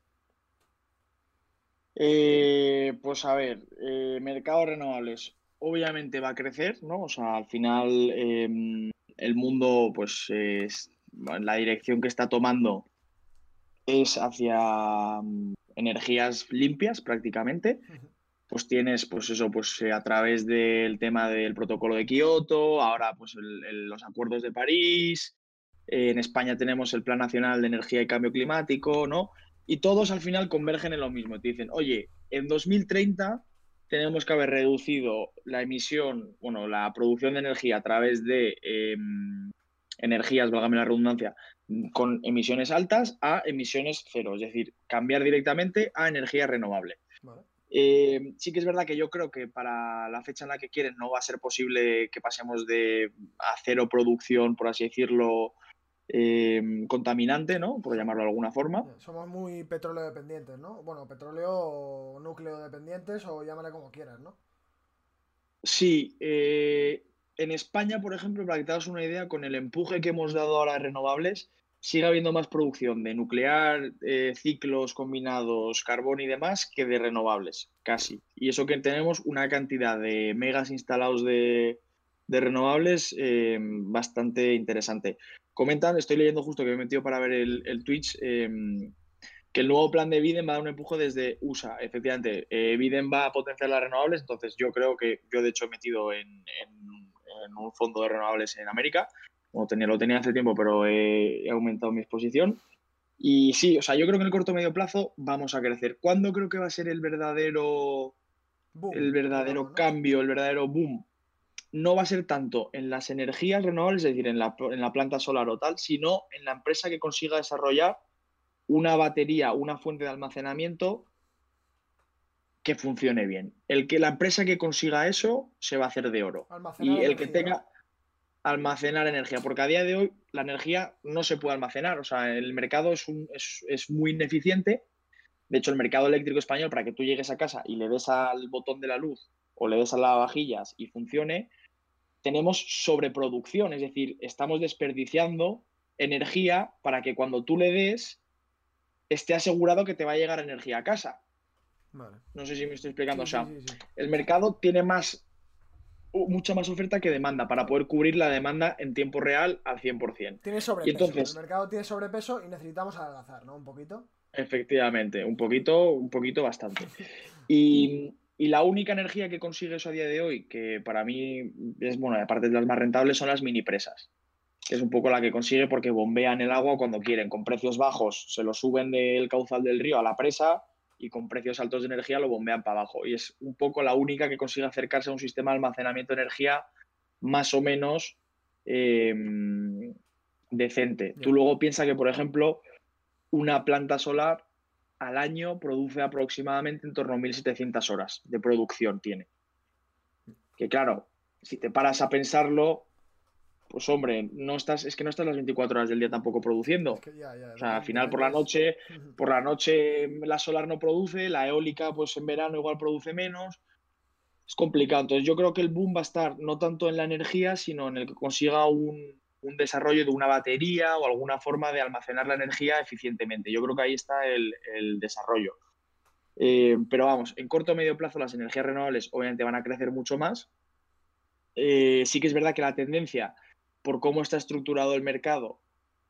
Eh, pues a ver, eh, mercado de renovables obviamente va a crecer, ¿no? O sea, al final eh, el mundo, pues es- la dirección que está tomando es hacia mm, energías limpias prácticamente. Pues tienes, pues eso, pues eh, a través del tema del protocolo de Kioto, ahora pues el- el- los acuerdos de París, eh, en España tenemos el Plan Nacional de Energía y Cambio Climático, ¿no? Y todos al final convergen en lo mismo. Te dicen, oye, en dos mil treinta tenemos que haber reducido la emisión, bueno, la producción de energía a través de eh, energías, válgame la redundancia, con emisiones altas a emisiones cero, es decir, cambiar directamente a energía renovable. Vale. Eh, sí que es verdad que yo creo que para la fecha en la que quieren no va a ser posible que pasemos de a cero producción, por así decirlo, eh, contaminante, ¿no? Por llamarlo de alguna forma. Somos muy petróleo dependientes, ¿no? Bueno, petróleo o núcleo dependientes o llámale como quieras, ¿no? Sí, eh, en España, por ejemplo, para que te hagas una idea, con el empuje que hemos dado ahora a renovables, sigue habiendo más producción de nuclear, eh, ciclos combinados, carbón y demás, que de renovables, casi. Y eso que tenemos una cantidad de megas instalados de, de renovables eh, bastante interesante. Comentan, estoy leyendo justo que me he metido para ver el, el Twitch, eh, que el nuevo plan de Biden va a dar un empuje desde U S A. Efectivamente, eh, Biden va a potenciar las renovables, entonces yo creo que yo de hecho he metido en, en, en un fondo de renovables en América. Bueno, tenía, lo tenía hace tiempo, pero he, he aumentado mi exposición. Y sí, o sea, yo creo que en el corto medio plazo vamos a crecer. ¿Cuándo creo que va a ser el verdadero, Boom, el verdadero digamos, ¿no? cambio, el verdadero boom? No va a ser tanto en las energías renovables, es decir, en la, en la planta solar o tal, sino en la empresa que consiga desarrollar una batería, una fuente de almacenamiento que funcione bien. El que la empresa que consiga eso se va a hacer de oro. Almacenar Y el que energía, ¿no? tenga almacenar energía, porque a día de hoy la energía no se puede almacenar, o sea, el mercado es, un, es, es muy ineficiente. De hecho, el mercado eléctrico español, para que tú llegues a casa y le des al botón de la luz o le des a lavavajillas y funcione, tenemos sobreproducción, es decir, estamos desperdiciando energía para que cuando tú le des esté asegurado que te va a llegar energía a casa. Vale. No sé si me estoy explicando. O Sí, sí, sea, sí, sí. el mercado tiene más, mucha más oferta que demanda para poder cubrir la demanda en tiempo real al cien por ciento. Tiene Y sobrepeso. El entonces, mercado tiene sobrepeso y necesitamos adelgazar, ¿no? Un poquito. efectivamente, un poquito, un poquito bastante. Y, y la única energía que consigue eso a día de hoy, que para mí es, bueno, aparte de las más rentables, son las mini presas, que es un poco la que consigue porque bombean el agua cuando quieren, con precios bajos, se lo suben del caudal del río a la presa y con precios altos de energía lo bombean para abajo. Y es un poco la única que consigue acercarse a un sistema de almacenamiento de energía más o menos eh, decente. Ya. Tú luego piensas que, por ejemplo, una planta solar al año produce aproximadamente en torno a mil setecientas horas de producción tiene. Que claro, si te paras a pensarlo, pues hombre, no estás, es que no estás las veinticuatro horas del día tampoco produciendo. Es que ya, ya, O sea, al depend- final por la dependes. noche, por la noche la solar no produce, la eólica pues en verano igual produce menos. Es complicado. Entonces yo creo que el boom va a estar no tanto en la energía, sino en el que consiga un, un desarrollo de una batería o alguna forma de almacenar la energía eficientemente. Yo creo que ahí está el, el desarrollo. Eh, pero vamos, en corto o medio plazo las energías renovables obviamente van a crecer mucho más. Eh, sí que es verdad que la tendencia, por cómo está estructurado el mercado,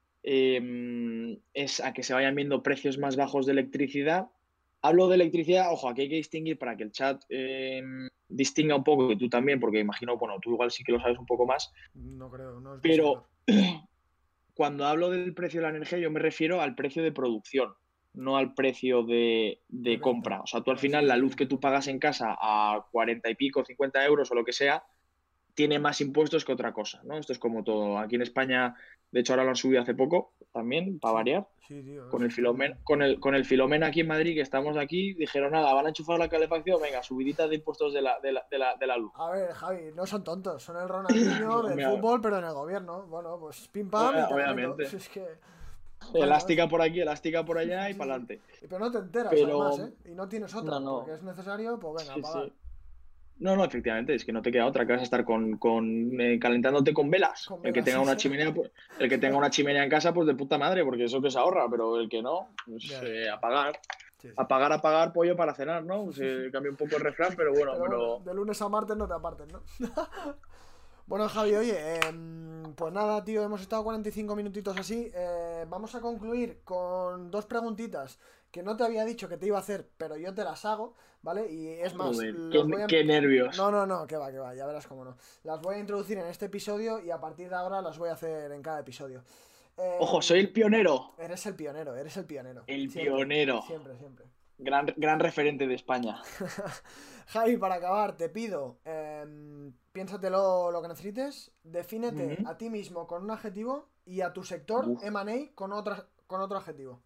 eh, es a que se vayan viendo precios más bajos de electricidad. Hablo de electricidad, ojo, aquí hay que distinguir para que el chat eh, distinga un poco, y tú también, porque imagino, bueno, tú igual sí que lo sabes un poco más, No creo, no es mi sector. pero cuando hablo del precio de la energía yo me refiero al precio de producción, no al precio de, De de venta. compra. O sea, tú al Ah, sí, final la de luz que venta. tú pagas en casa a cuarenta y pico, cincuenta euros o lo que sea, tiene más impuestos que otra cosa, ¿no? Esto es como todo. Aquí en España, de hecho ahora lo han subido hace poco también, para Sí, variar. sí, tío. Con el Es que. Filomena, con el, con el Filomena aquí en Madrid, que estamos aquí, dijeron nada, van a enchufar la calefacción, venga, subidita de impuestos de la, de la, de la, de la luz. A ver, Javi, no son tontos. Son el Ronaldinho del fútbol, pero en el gobierno. Bueno, pues pim pam y te la meto. Si Obviamente. es que. Vamos. Elástica por aquí, elástica por allá y Sí, para sí. adelante. Pero no te enteras, además, ¿eh? Pero, Y no tienes no, otra. Porque no. es necesario, pues venga, a Sí, pagar. sí. No, no, efectivamente, es que no te queda otra que vas a estar con, con eh, calentándote con velas. Con El que velas, tenga sí, una sí. chimenea, pues, el que tenga una chimenea en casa, pues de puta madre, porque eso que se ahorra, pero el que no, pues Ya, ya, eh, ya. apagar. Sí, sí. Apagar, apagar pollo para cenar, ¿no? Se cambia un poco el refrán, pero bueno, Pero bueno, pero de lunes a martes no te apartes, ¿no? Bueno, Javi, oye, em, pues nada, tío, hemos estado cuarenta y cinco minutitos así. Eh, vamos a concluir con dos preguntitas que no te había dicho que te iba a hacer, pero yo te las hago, ¿vale? Y es más, joder, los voy qué, a... qué nervios. No, no, no, que va, que va, ya verás cómo no. Las voy a introducir en este episodio y a partir de ahora las voy a hacer en cada episodio. Ojo, soy Em, el pionero. eres el pionero, eres el pionero. El Siempre, pionero. siempre, siempre. Gran, gran referente de España. Javi, para acabar, te pido, em, piénsatelo lo que necesites, defínete Ujú. a ti mismo con un adjetivo y a tu sector Uf. M and A con, otra- con otro adjetivo.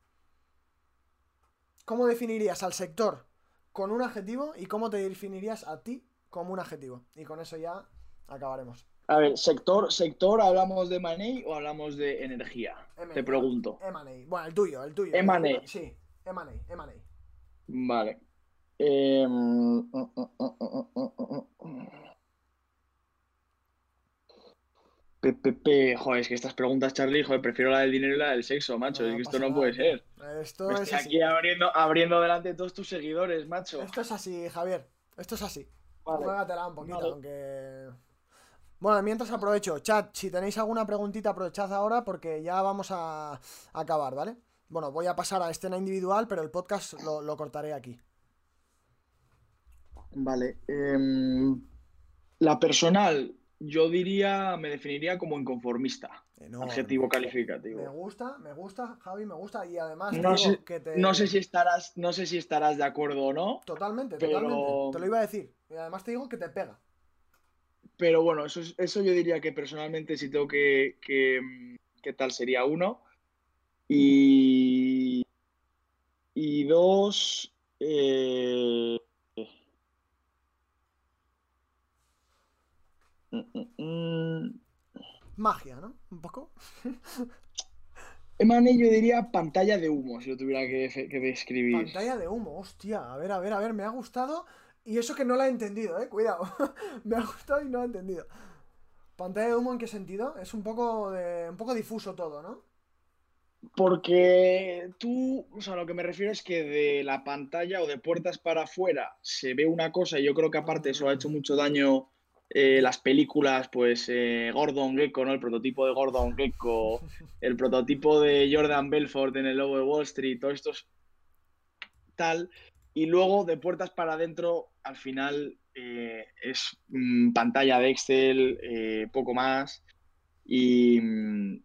¿Cómo definirías al sector con un adjetivo y cómo te definirías a ti como un adjetivo? Y con eso ya acabaremos. A ver, sector, sector, ¿hablamos de money o hablamos de energía? M and A, Te pregunto. M and A. Bueno, el tuyo, el tuyo. M el- and A. Sí, M and A, M and A. Vale. Eh, mm, mm, mm, mm, mm, mm. Pe, pe, pe. Joder, es que estas preguntas, Charlie, joder, prefiero la del dinero y la del sexo, macho. Es No que esto pasa no nada, puede tío. ser. Esto Me es estoy así. aquí abriendo, abriendo delante de todos tus seguidores, macho. Esto es así, Javier. Esto es así. Vale. Juégatela un poquito, Vale. aunque... Bueno, mientras aprovecho. Chat, si tenéis alguna preguntita, aprovechad ahora porque ya vamos a, a acabar, ¿vale? Bueno, voy a pasar a escena individual, pero el podcast lo, lo cortaré aquí. Vale. em, la personal, yo diría, me definiría como inconformista. Enorme. Adjetivo Me calificativo. gusta, me gusta, Javi, me gusta. Y además te No digo sé, que te... no sé si estarás, no sé si estarás de acuerdo o no, Totalmente, pero, totalmente. Te lo iba a decir. Y además te digo que te pega. pero bueno, eso, es- eso yo diría que personalmente si tengo que, que, mm, ¿qué tal sería uno? Y, y dos, eh, mm, mm, mm, Magia, ¿no? Un poco. Emane, yo diría pantalla de humo, si lo tuviera que, fe- que describir. Pantalla de humo, hostia. A ver, a ver, a ver, me ha gustado. Y eso que no la he entendido, eh. Cuidado. Me ha gustado y no la he entendido. ¿Pantalla de humo en qué sentido? Es un poco de. Un poco difuso todo, ¿no? Porque tú, o sea, lo que me refiero es que de la pantalla o de puertas para afuera se ve una cosa y yo creo que aparte eso ha hecho Mm, mucho daño eh, las películas, pues eh, Gordon Gekko, ¿no? El prototipo de Gordon Gekko, el prototipo de Jordan Belfort en el Lobo de Wall Street, todo esto es tal. Y luego de puertas para adentro, al final eh, es mm, pantalla de Excel, eh, poco más. Y, mm,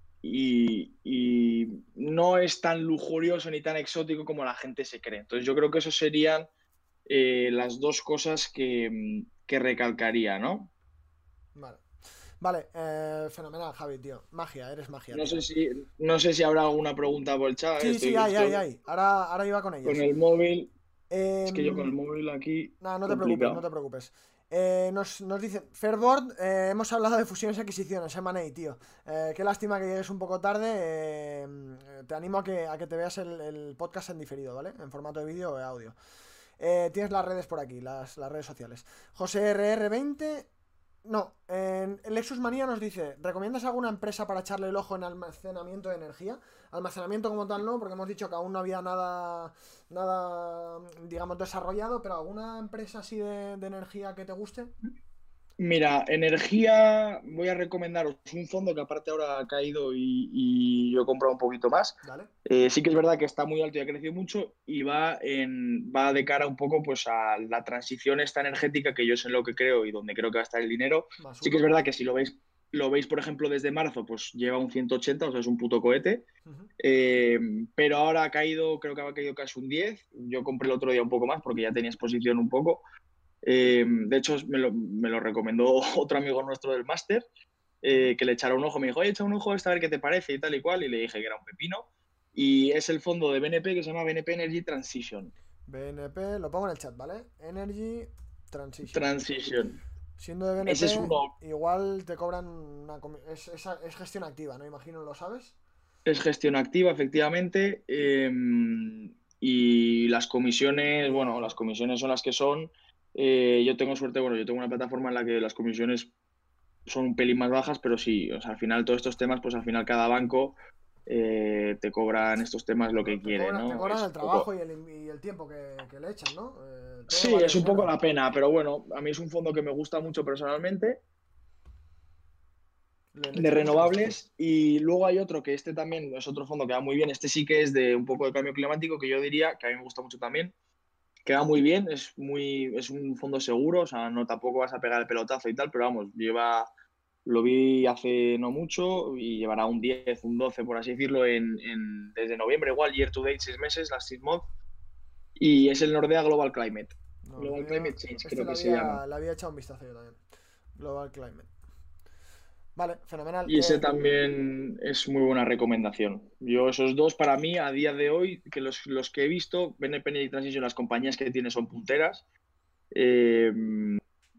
y, y no es tan lujurioso ni tan exótico como la gente se cree. Entonces yo creo que eso serían eh, las dos cosas que, que recalcaría, ¿no? Vale. Vale, eh, fenomenal, Javi, tío. Magia, eres magia, No tío. sé si, no sé si habrá alguna pregunta por el chat, ¿eh? Sí, sí, Estoy, hay, hay, estoy hay. Ahora, ahora iba con con ellas. el móvil. Es que yo con el Em, móvil aquí, Nada, no te preocupes, no complicado. te preocupes. Eh, nos, nos dice, Fairboard, eh, hemos hablado de fusiones y adquisiciones, M and A, tío. Eh, qué lástima que llegues un poco tarde. eh, eh, te animo a que, a que te veas el, el podcast en diferido, ¿vale? En formato de vídeo o de audio. Eh, tienes las redes por aquí, las, las redes sociales. José R R veinte. No, en Lexus Manía nos dice, ¿recomiendas alguna empresa para echarle el ojo en almacenamiento de energía? Almacenamiento como tal no, porque hemos dicho que aún no había nada, nada, digamos, desarrollado, pero ¿alguna empresa así de, de energía que te guste? Mira, energía, voy a recomendaros un fondo que aparte ahora ha caído y, y yo he comprado un poquito más. Dale. Eh, sí que es verdad que está muy alto y ha crecido mucho y va, en, va de cara un poco pues, a la transición esta energética que yo es en lo que creo y donde creo que va a estar el dinero. Más Sí que es uno. verdad que si lo veis, lo veis por ejemplo desde marzo, pues lleva un ciento ochenta, o sea, es un puto cohete. Ujú. Eh, pero ahora ha caído, creo que ha caído casi un diez. Yo compré el otro día un poco más porque ya tenía exposición un poco. Eh, de hecho, me lo, me lo recomendó otro amigo nuestro del máster, Ujú. eh, que le echara un ojo. Me dijo, oye, echa un ojo a esta a ver qué te parece y tal y cual. Y le dije que era un pepino. Y es el fondo de B N P que se llama B N P Energy Transition. B N P, lo pongo en el chat, ¿vale? Energy Transition. Transition. Siendo de Ese es B N P, uno. igual te cobran una... comi- Es, es, es gestión activa, ¿no? Imagino, ¿lo sabes? Es gestión activa, efectivamente. eh, y las comisiones, bueno, las comisiones son las que son. Eh, yo tengo suerte, bueno, yo tengo una plataforma en la que las comisiones son un pelín más bajas, pero sí, o sea, al final todos estos temas, pues al final cada banco eh, te cobran estos temas lo que Te, quiere, cobra- te ¿no? cobran Es el un poco... trabajo y el, y el tiempo que, que le echan, ¿no? Eh, todo Sí, vale es un poco dinero. la pena, pero bueno, a mí es un fondo que me gusta mucho personalmente, Le, le de echaremos un vistazo. renovables, y luego hay otro que este también es otro fondo que va muy bien, este sí que es de un poco de cambio climático, que yo diría que a mí me gusta mucho también, que va muy bien, es, muy, es un fondo seguro, o sea, no tampoco vas a pegar el pelotazo y tal, pero vamos, lleva... Lo vi hace no mucho y llevará un diez, un doce, por así decirlo, en, en- desde noviembre, igual, year to date, seis meses, last six months. Y es el Nordea Global Climate. Global Nordea. Climate Change, Este creo le que se llama. había, le había echado un vistazo yo también. Global Climate. Vale, fenomenal. Y ese Eh, también es muy buena recomendación. Yo, esos dos, para mí, a día de hoy, que los, los que he visto, B N P y Transition, las compañías que tiene son punteras. Eh,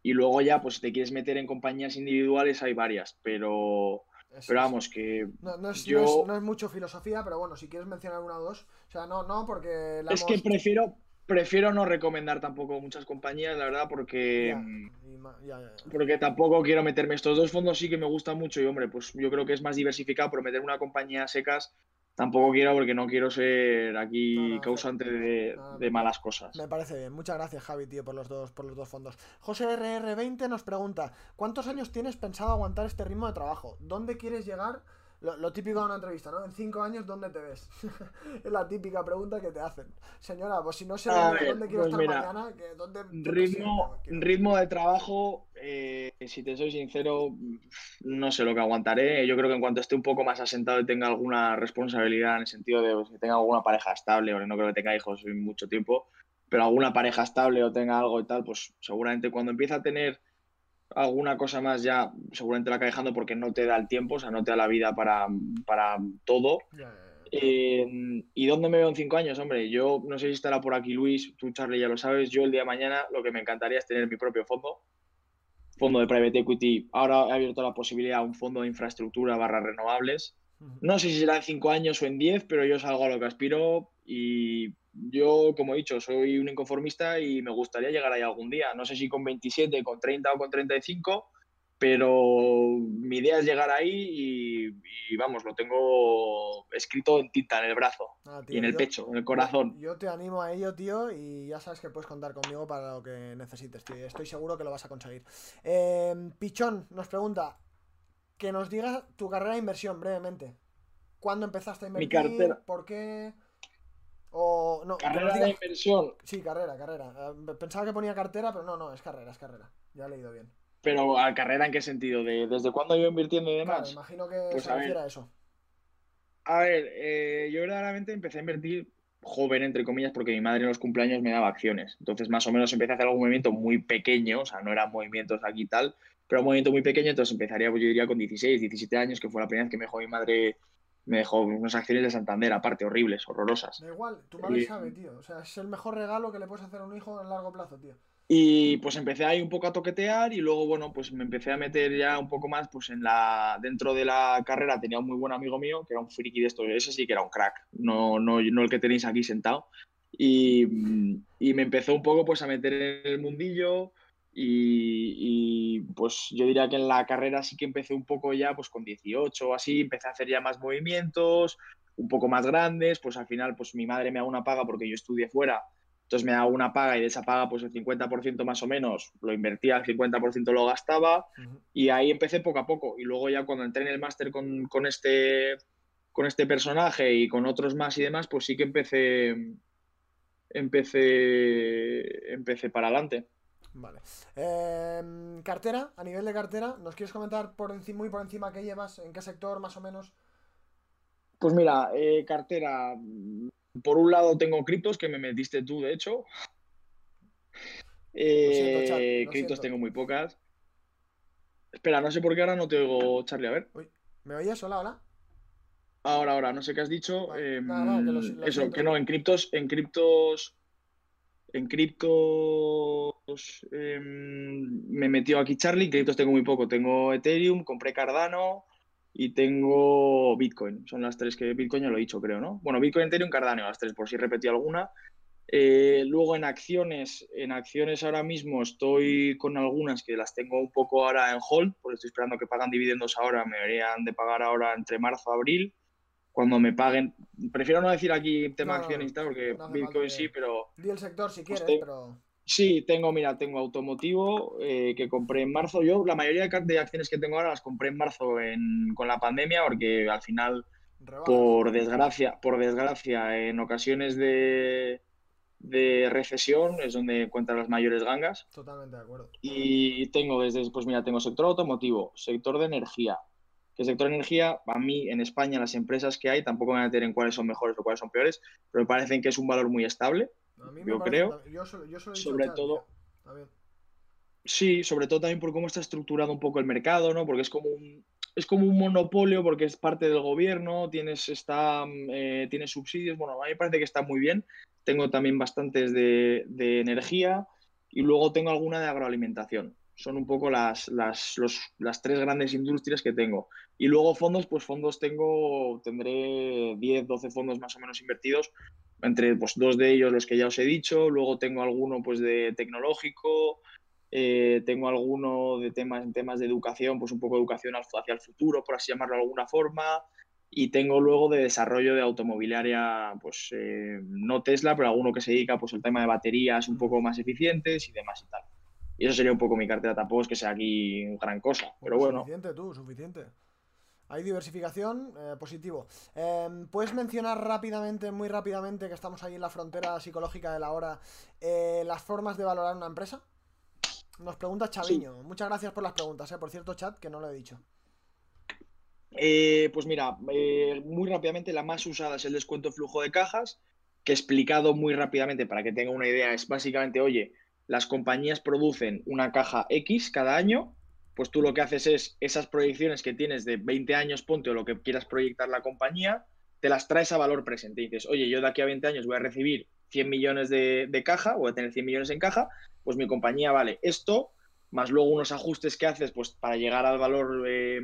Y luego ya, pues si te quieres meter en compañías individuales, hay varias, pero, Eso pero es. vamos, que No, no es, no es, yo no es mucho filosofía, pero bueno, si quieres mencionar una o dos. O sea, no, no, porque la es que hemos. prefiero, prefiero no recomendar tampoco muchas compañías, la verdad, porque, Ya, y ma- ya, ya, ya. porque tampoco quiero meterme. Estos dos fondos sí que me gustan mucho y, hombre, pues yo creo que es más diversificado, pero meter una compañía a secas tampoco quiero porque no quiero ser No, aquí no, hace- causante de, nada, me, de pa- malas cosas. me parece bien. Muchas gracias, Javi, tío, por los dos, por los dos fondos. José R R veinte nos pregunta: ¿cuántos años tienes pensado aguantar este ritmo de trabajo? ¿Dónde quieres llegar? Lo, lo típico de una entrevista, ¿no? En cinco años, ¿dónde te ves? Es la típica pregunta que te hacen. Señora, pues si no sé A dónde, ver, dónde quiero pues estar mira, mañana, que dónde, yo qué sé, dónde ritmo, quiero. ritmo de trabajo, eh, si te soy sincero, no sé lo que aguantaré. Yo creo que en cuanto esté un poco más asentado y tenga alguna responsabilidad en el sentido de pues, que tenga alguna pareja estable, porque no creo que tenga hijos en mucho tiempo, pero alguna pareja estable o tenga algo y tal, pues seguramente cuando empiece a tener alguna cosa más ya, seguramente la cae dejando porque no te da el tiempo, o sea, no te da la vida para, para todo. Ya, ya, ya. Eh, ¿y dónde me veo en cinco años? Hombre, yo no sé si estará por aquí Luis, tú Charlie ya lo sabes, yo el día de mañana lo que me encantaría es tener mi propio fondo, fondo de private equity. Ahora he abierto la posibilidad a un fondo de infraestructura barra renovables. Ujú. No sé si será en cinco años o en diez, pero yo salgo a lo que aspiro y yo, como he dicho, soy un inconformista y me gustaría llegar ahí algún día. No sé si con veintisiete, con treinta o con treinta y cinco, pero mi idea es llegar ahí y, y vamos, lo tengo escrito en tinta en el brazo Nada, y en tío, el yo, pecho, en el yo, corazón. yo te animo a ello, tío, y ya sabes que puedes contar conmigo para lo que necesites, tío. Estoy seguro que lo vas a conseguir. Eh, Pichón nos pregunta que nos diga tu carrera de inversión brevemente. ¿Cuándo empezaste a Mi invertir? cartera, ¿Por qué? O no, que nos carrera diga. de inversión. Sí, carrera, carrera. Eh, Pensaba que ponía cartera, pero no, no, es carrera, es carrera. Ya he leído bien. Pero ¿a carrera en qué sentido? ¿De desde cuándo yo invirtiendo y Claro, demás? imagino que Pues se a refiere ver, a eso. a ver, eh, yo verdaderamente empecé a invertir joven, entre comillas, porque mi madre en los cumpleaños me daba acciones. Entonces, más o menos empecé a hacer algún movimiento muy pequeño, o sea, no eran movimientos aquí y tal, pero un movimiento muy pequeño, entonces empezaría, pues yo diría, con dieciséis, diecisiete años, que fue la primera vez que me dejó mi madre, me dejó unas acciones de Santander, aparte, horribles, Da horrorosas. igual, tu madre Eh, sabe, tío. O sea, es el mejor regalo que le puedes hacer a un hijo a largo plazo, tío. Y pues empecé ahí un poco a toquetear y luego, bueno, pues me empecé a meter ya un poco más, pues en la, dentro de la carrera tenía un muy buen amigo mío, que era un friki de esto, ese sí que era un crack, no, no, no el que tenéis aquí sentado. Y, y me empezó un poco pues a meter en el mundillo y, y, pues yo diría que en la carrera sí que empecé un poco ya pues con dieciocho o así, empecé a hacer ya más movimientos, un poco más grandes, pues al final pues mi madre me da una paga porque yo estudié fuera, entonces me daba una paga y de esa paga, pues el cincuenta por ciento más o menos lo invertía, el cincuenta por ciento lo gastaba Ujú. y ahí empecé poco a poco. Y luego ya cuando entré en el máster con, con, este, con este personaje y con otros más y demás, pues sí que empecé, empecé, empecé para adelante. Vale. Eh, cartera, a nivel de cartera, ¿nos quieres comentar por encima, muy por encima qué llevas? ¿En qué sector más o menos? Pues mira, eh, cartera, por un lado tengo criptos, que me metiste tú, de hecho. Lo siento, chat, Eh, lo criptos siento. tengo muy pocas. Espera, no sé por qué ahora no te oigo, Charlie, a ver. Uy, ¿me oyes? Hola, hola. Ahora, ahora, no sé qué has dicho. Vale. Eh, Nada, nada, que lo, si- lo eso, que siento. no, en criptos, en criptos, en criptos eh, me metió aquí Charlie. En criptos tengo muy poco. Tengo Ethereum, compré Cardano y tengo Bitcoin. Son las tres que Bitcoin ya lo he dicho, creo, ¿no? Bueno, Bitcoin, Ethereum, Cardano, las tres, por si repetí alguna. Eh, luego en acciones, en acciones ahora mismo estoy con algunas que las tengo un poco ahora en hold, porque estoy esperando que pagan dividendos ahora, me deberían de pagar ahora entre marzo y abril cuando me paguen. Prefiero no decir aquí tema No, no, acciones y no. tal, porque No hace falta Bitcoin que. sí, pero Di el sector si pues quieres, te- pero. sí, tengo, mira, tengo automotivo eh, que compré en marzo. Yo la mayoría de ca- de acciones que tengo ahora las compré en marzo en- con la pandemia, porque al final, Rebajas. por desgracia, por desgracia, en ocasiones de, de recesión es donde encuentran las mayores gangas. Totalmente de acuerdo. Y tengo desde, pues mira, tengo sector automotivo, sector de energía, que el sector de energía, a mí en España las empresas que hay, tampoco me voy a meter en cuáles son mejores o cuáles son peores, pero me parecen que es un valor muy estable, A mí me yo parecen creo, también. Yo, se- yo se lo he dicho al sobre chat, tío. todo, Está bien. sí, sobre todo también por cómo está estructurado un poco el mercado, ¿no? Porque es como un, es como un monopolio, porque es parte del gobierno, tienes, está, eh, tienes subsidios, bueno, a mí me parece que está muy bien, tengo también bastantes de, de energía y luego tengo alguna de agroalimentación. Son un poco las, las, los, las tres grandes industrias que tengo. Y luego fondos, pues fondos tengo, tendré diez doce fondos más o menos invertidos, entre pues dos de ellos los que ya os he dicho, luego tengo alguno pues de tecnológico, eh, tengo alguno de temas, en temas de educación, pues un poco de educación hacia el futuro, por así llamarlo de alguna forma, y tengo luego de desarrollo de automobiliaria, pues eh, no Tesla, pero alguno que se dedica pues al tema de baterías un poco más eficientes y demás y tal. Y eso sería un poco mi cartera, tampoco es que sea aquí gran cosa, pero Bueno, bueno. suficiente tú, suficiente. Hay diversificación, eh, positivo. Eh, ¿Puedes mencionar rápidamente, muy rápidamente, que estamos ahí en la frontera psicológica de la hora, eh, las formas de valorar una empresa? Nos pregunta Chaviño. Sí. Muchas gracias por las preguntas, eh. Por cierto, chat, que no lo he dicho. Eh, pues mira, eh, muy rápidamente la más usada es el descuento flujo de cajas, que explicado muy rápidamente para que tenga una idea es básicamente, oye, las compañías producen una caja X cada año, pues tú lo que haces es esas proyecciones que tienes de veinte años, ponte o lo que quieras proyectar la compañía, te las traes a valor presente y dices, oye, yo de aquí a veinte años voy a recibir cien millones de, de caja, voy a tener cien millones en caja, pues mi compañía vale esto, más luego unos ajustes que haces pues para llegar al valor... Eh,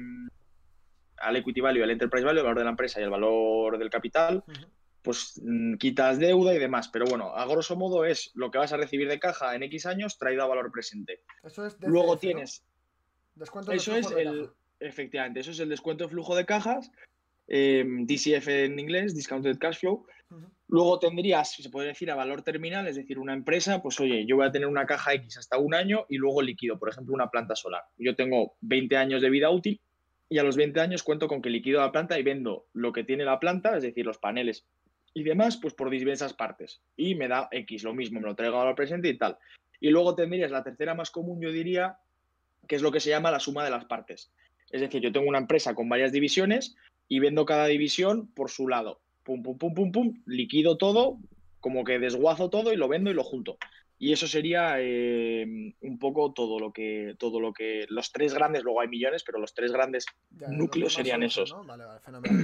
al equity value, al enterprise value, el valor de la empresa y el valor del capital, Uh-huh. pues mmm, quitas deuda y demás. Pero bueno, a grosso modo es lo que vas a recibir de caja en X años traído a valor presente. Eso es Luego D C F, ¿no? tienes, Descuentos de eso es flujos de el, caja. efectivamente, eso es el descuento de flujo de cajas, eh, D C F en inglés, Discounted Cash Flow. Uh-huh. Luego tendrías, se puede decir, a valor terminal, es decir, una empresa, pues oye, yo voy a tener una caja X hasta un año y luego líquido, por ejemplo, una planta solar. Yo tengo veinte años de vida útil y a los veinte años cuento con que liquido la planta y vendo lo que tiene la planta, es decir, los paneles y demás, pues por diversas partes. Y me da X, lo mismo, me lo traigo al presente y tal. Y luego tendrías la tercera más común, yo diría, que es lo que se llama la suma de las partes. Es decir, yo tengo una empresa con varias divisiones y vendo cada división por su lado. Pum, pum, pum, pum, pum, liquido todo, como que desguazo todo y lo vendo y lo junto. Y eso sería eh, un poco todo lo que, todo lo que, los tres grandes, luego hay millones, pero los tres grandes Ya, los que núcleos más se serían usan, esos. ¿no? Vale, vale, fenomenal.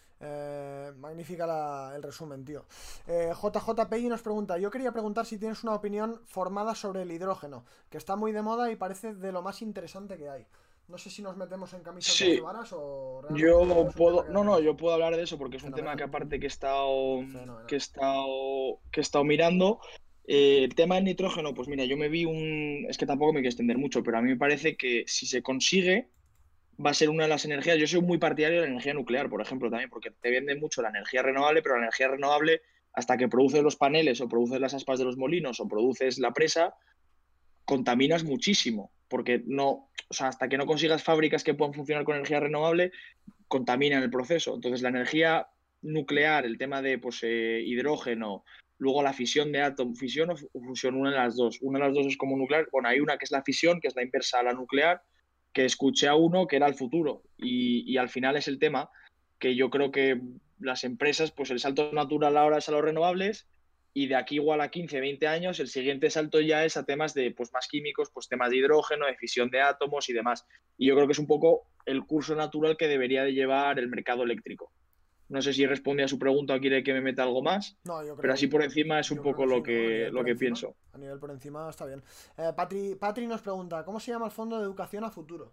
Eh, magnífica la, el resumen, tío. Eh, J J P I nos pregunta: yo quería preguntar si tienes una opinión formada sobre el hidrógeno, que está muy de moda y parece de lo más interesante que hay. No sé si nos metemos en camisas de once Sí, varas o realmente yo es un tema puedo, que no, no, desconoces. yo puedo hablar de eso porque es un tema Fenomenal, que aparte que he estado, que fenomenal. he estado, que he estado mirando. Eh, el tema del nitrógeno, pues mira, yo me vi un, es que tampoco me quiero extender mucho, pero a mí me parece que si se consigue, va a ser una de las energías. Yo soy muy partidario de la energía nuclear, por ejemplo, también, porque te vende mucho la energía renovable, pero la energía renovable, hasta que produces los paneles o produces las aspas de los molinos o produces la presa, contaminas muchísimo, porque no, o sea, hasta que no consigas fábricas que puedan funcionar con energía renovable, contaminan el proceso. Entonces, la energía nuclear, el tema de pues, eh, hidrógeno, luego la fisión de átomos, fisión o fusión, una de las dos. Una de las dos es como nuclear. Bueno, hay una que es la fisión, que es la inversa a la nuclear, que escuché a uno que era el futuro. Y, y al final es el tema que yo creo que las empresas, pues el salto natural ahora es a los renovables y de aquí igual a quince, veinte años el siguiente salto ya es a temas de pues más químicos, pues temas de hidrógeno, de fisión de átomos y demás. Y yo creo que es un poco el curso natural que debería de llevar el mercado eléctrico. No sé si responde a su pregunta o quiere que me meta algo más, No, yo pero creo, así por encima es un yo creo poco que lo sí, ¿no? A que, nivel lo por que encima. pienso. A nivel por encima está bien. Eh, Patri, Patri nos pregunta: ¿cómo se llama el Fondo de Educación a Futuro?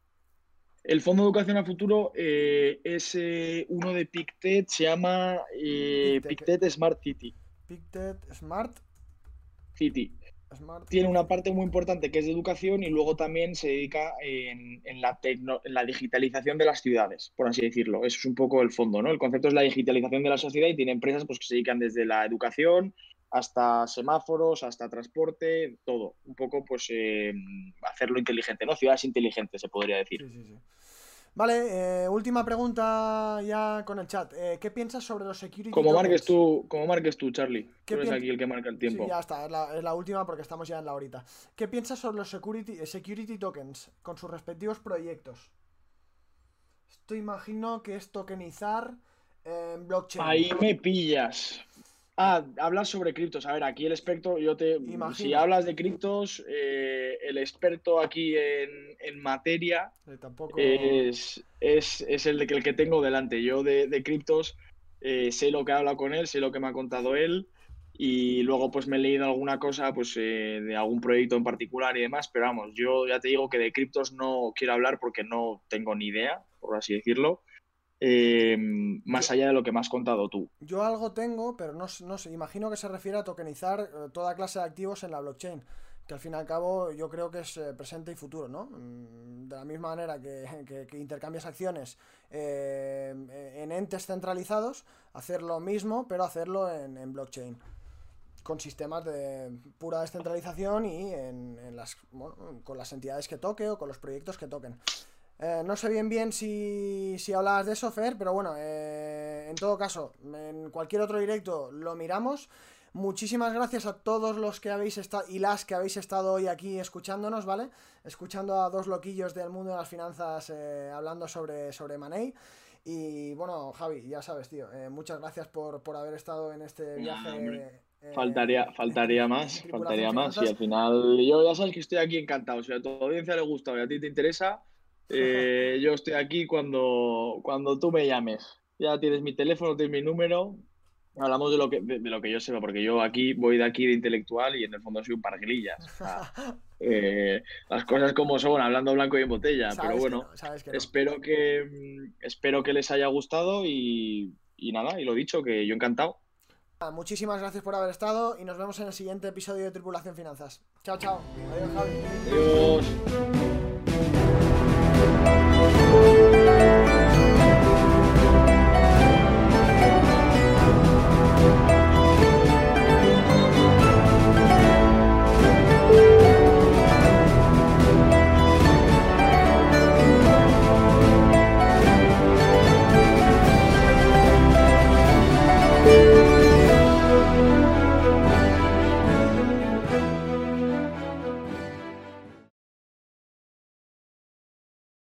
El Fondo de Educación a Futuro eh, es eh, uno de Pictet, se llama eh, Pictet, Pictet Smart City. Pictet Smart City. Smart Tiene una City. parte muy importante que es de educación y luego también se dedica en, en la tecno, en la digitalización de las ciudades, por así decirlo. Eso es un poco el fondo, ¿no? El concepto es la digitalización de la sociedad y tiene empresas pues, que se dedican desde la educación hasta semáforos, hasta transporte, todo. Un poco, pues, eh, hacerlo inteligente, ¿no? Ciudades inteligentes, se podría decir. Sí, sí, sí. Vale, eh, última pregunta ya con el chat. Eh, ¿qué piensas sobre los security Como marques tokens? tú, como marques tú, Charlie. Tú ¿Qué eres piensas? aquí el que marca el Sí, tiempo. ya está, es la, es la última porque estamos ya en la horita. ¿Qué piensas sobre los security, security tokens con sus respectivos proyectos? Esto imagino que es tokenizar en blockchain. Ahí me pillas. Ah, hablas sobre criptos. A ver, aquí el experto, yo te, si Imagino. hablas de criptos, eh, el experto aquí en, en materia Eh, tampoco. es, es, es el, de, el que tengo delante. Yo de, de criptos eh, sé lo que he hablado con él, sé lo que me ha contado él Y luego pues me he leído alguna cosa pues eh, de algún proyecto en particular y demás, pero vamos, yo ya te digo que de criptos no quiero hablar porque no tengo ni idea, por así decirlo, eh, Yo, más allá de lo que me has contado tú. yo algo tengo, pero no, s- no sé, imagino que se refiere a tokenizar eh, toda clase de activos en la blockchain, que al fin y al cabo yo creo que es eh, presente y futuro, ¿no? Mm, De la misma manera que, que- que intercambias acciones eh, en entes centralizados, hacer lo mismo, pero hacerlo en, en blockchain, con sistemas de pura descentralización y en, en las, bueno, con las entidades que toque o con los proyectos que toquen. Eh, no sé bien bien si, si hablabas de eso, Fer, pero bueno, eh, en todo caso, en cualquier otro directo lo miramos. Muchísimas gracias a todos los que habéis estado y las que habéis estado hoy aquí escuchándonos, ¿vale? Escuchando a dos loquillos del mundo de las finanzas eh, hablando sobre, sobre Money. Y bueno, Javi, ya sabes, tío, eh, muchas gracias por, por haber estado en este Nah, hombre. viaje eh, Faltaría, en, tri- faltaría en más, Tripulación faltaría más. Y Finanzas. al final, yo ya sabes que estoy aquí encantado. Si a tu audiencia le gusta y a ti te interesa, eh, yo estoy aquí cuando, cuando tú me llames. Ya tienes mi teléfono, tienes mi número. Hablamos de lo que, de, de lo que yo sepa, porque yo aquí voy de aquí de intelectual y en el fondo soy un parguilillas. O sea, eh, las cosas como son, hablando blanco y en botella. Pero Sabes que bueno, no, sabes que no. espero que, mm, espero que les haya gustado y, y nada, y lo dicho, que yo encantado. Muchísimas gracias por haber estado y nos vemos en el siguiente episodio de Tripulación Finanzas. Chao, chao. Adiós, Javi. Adiós.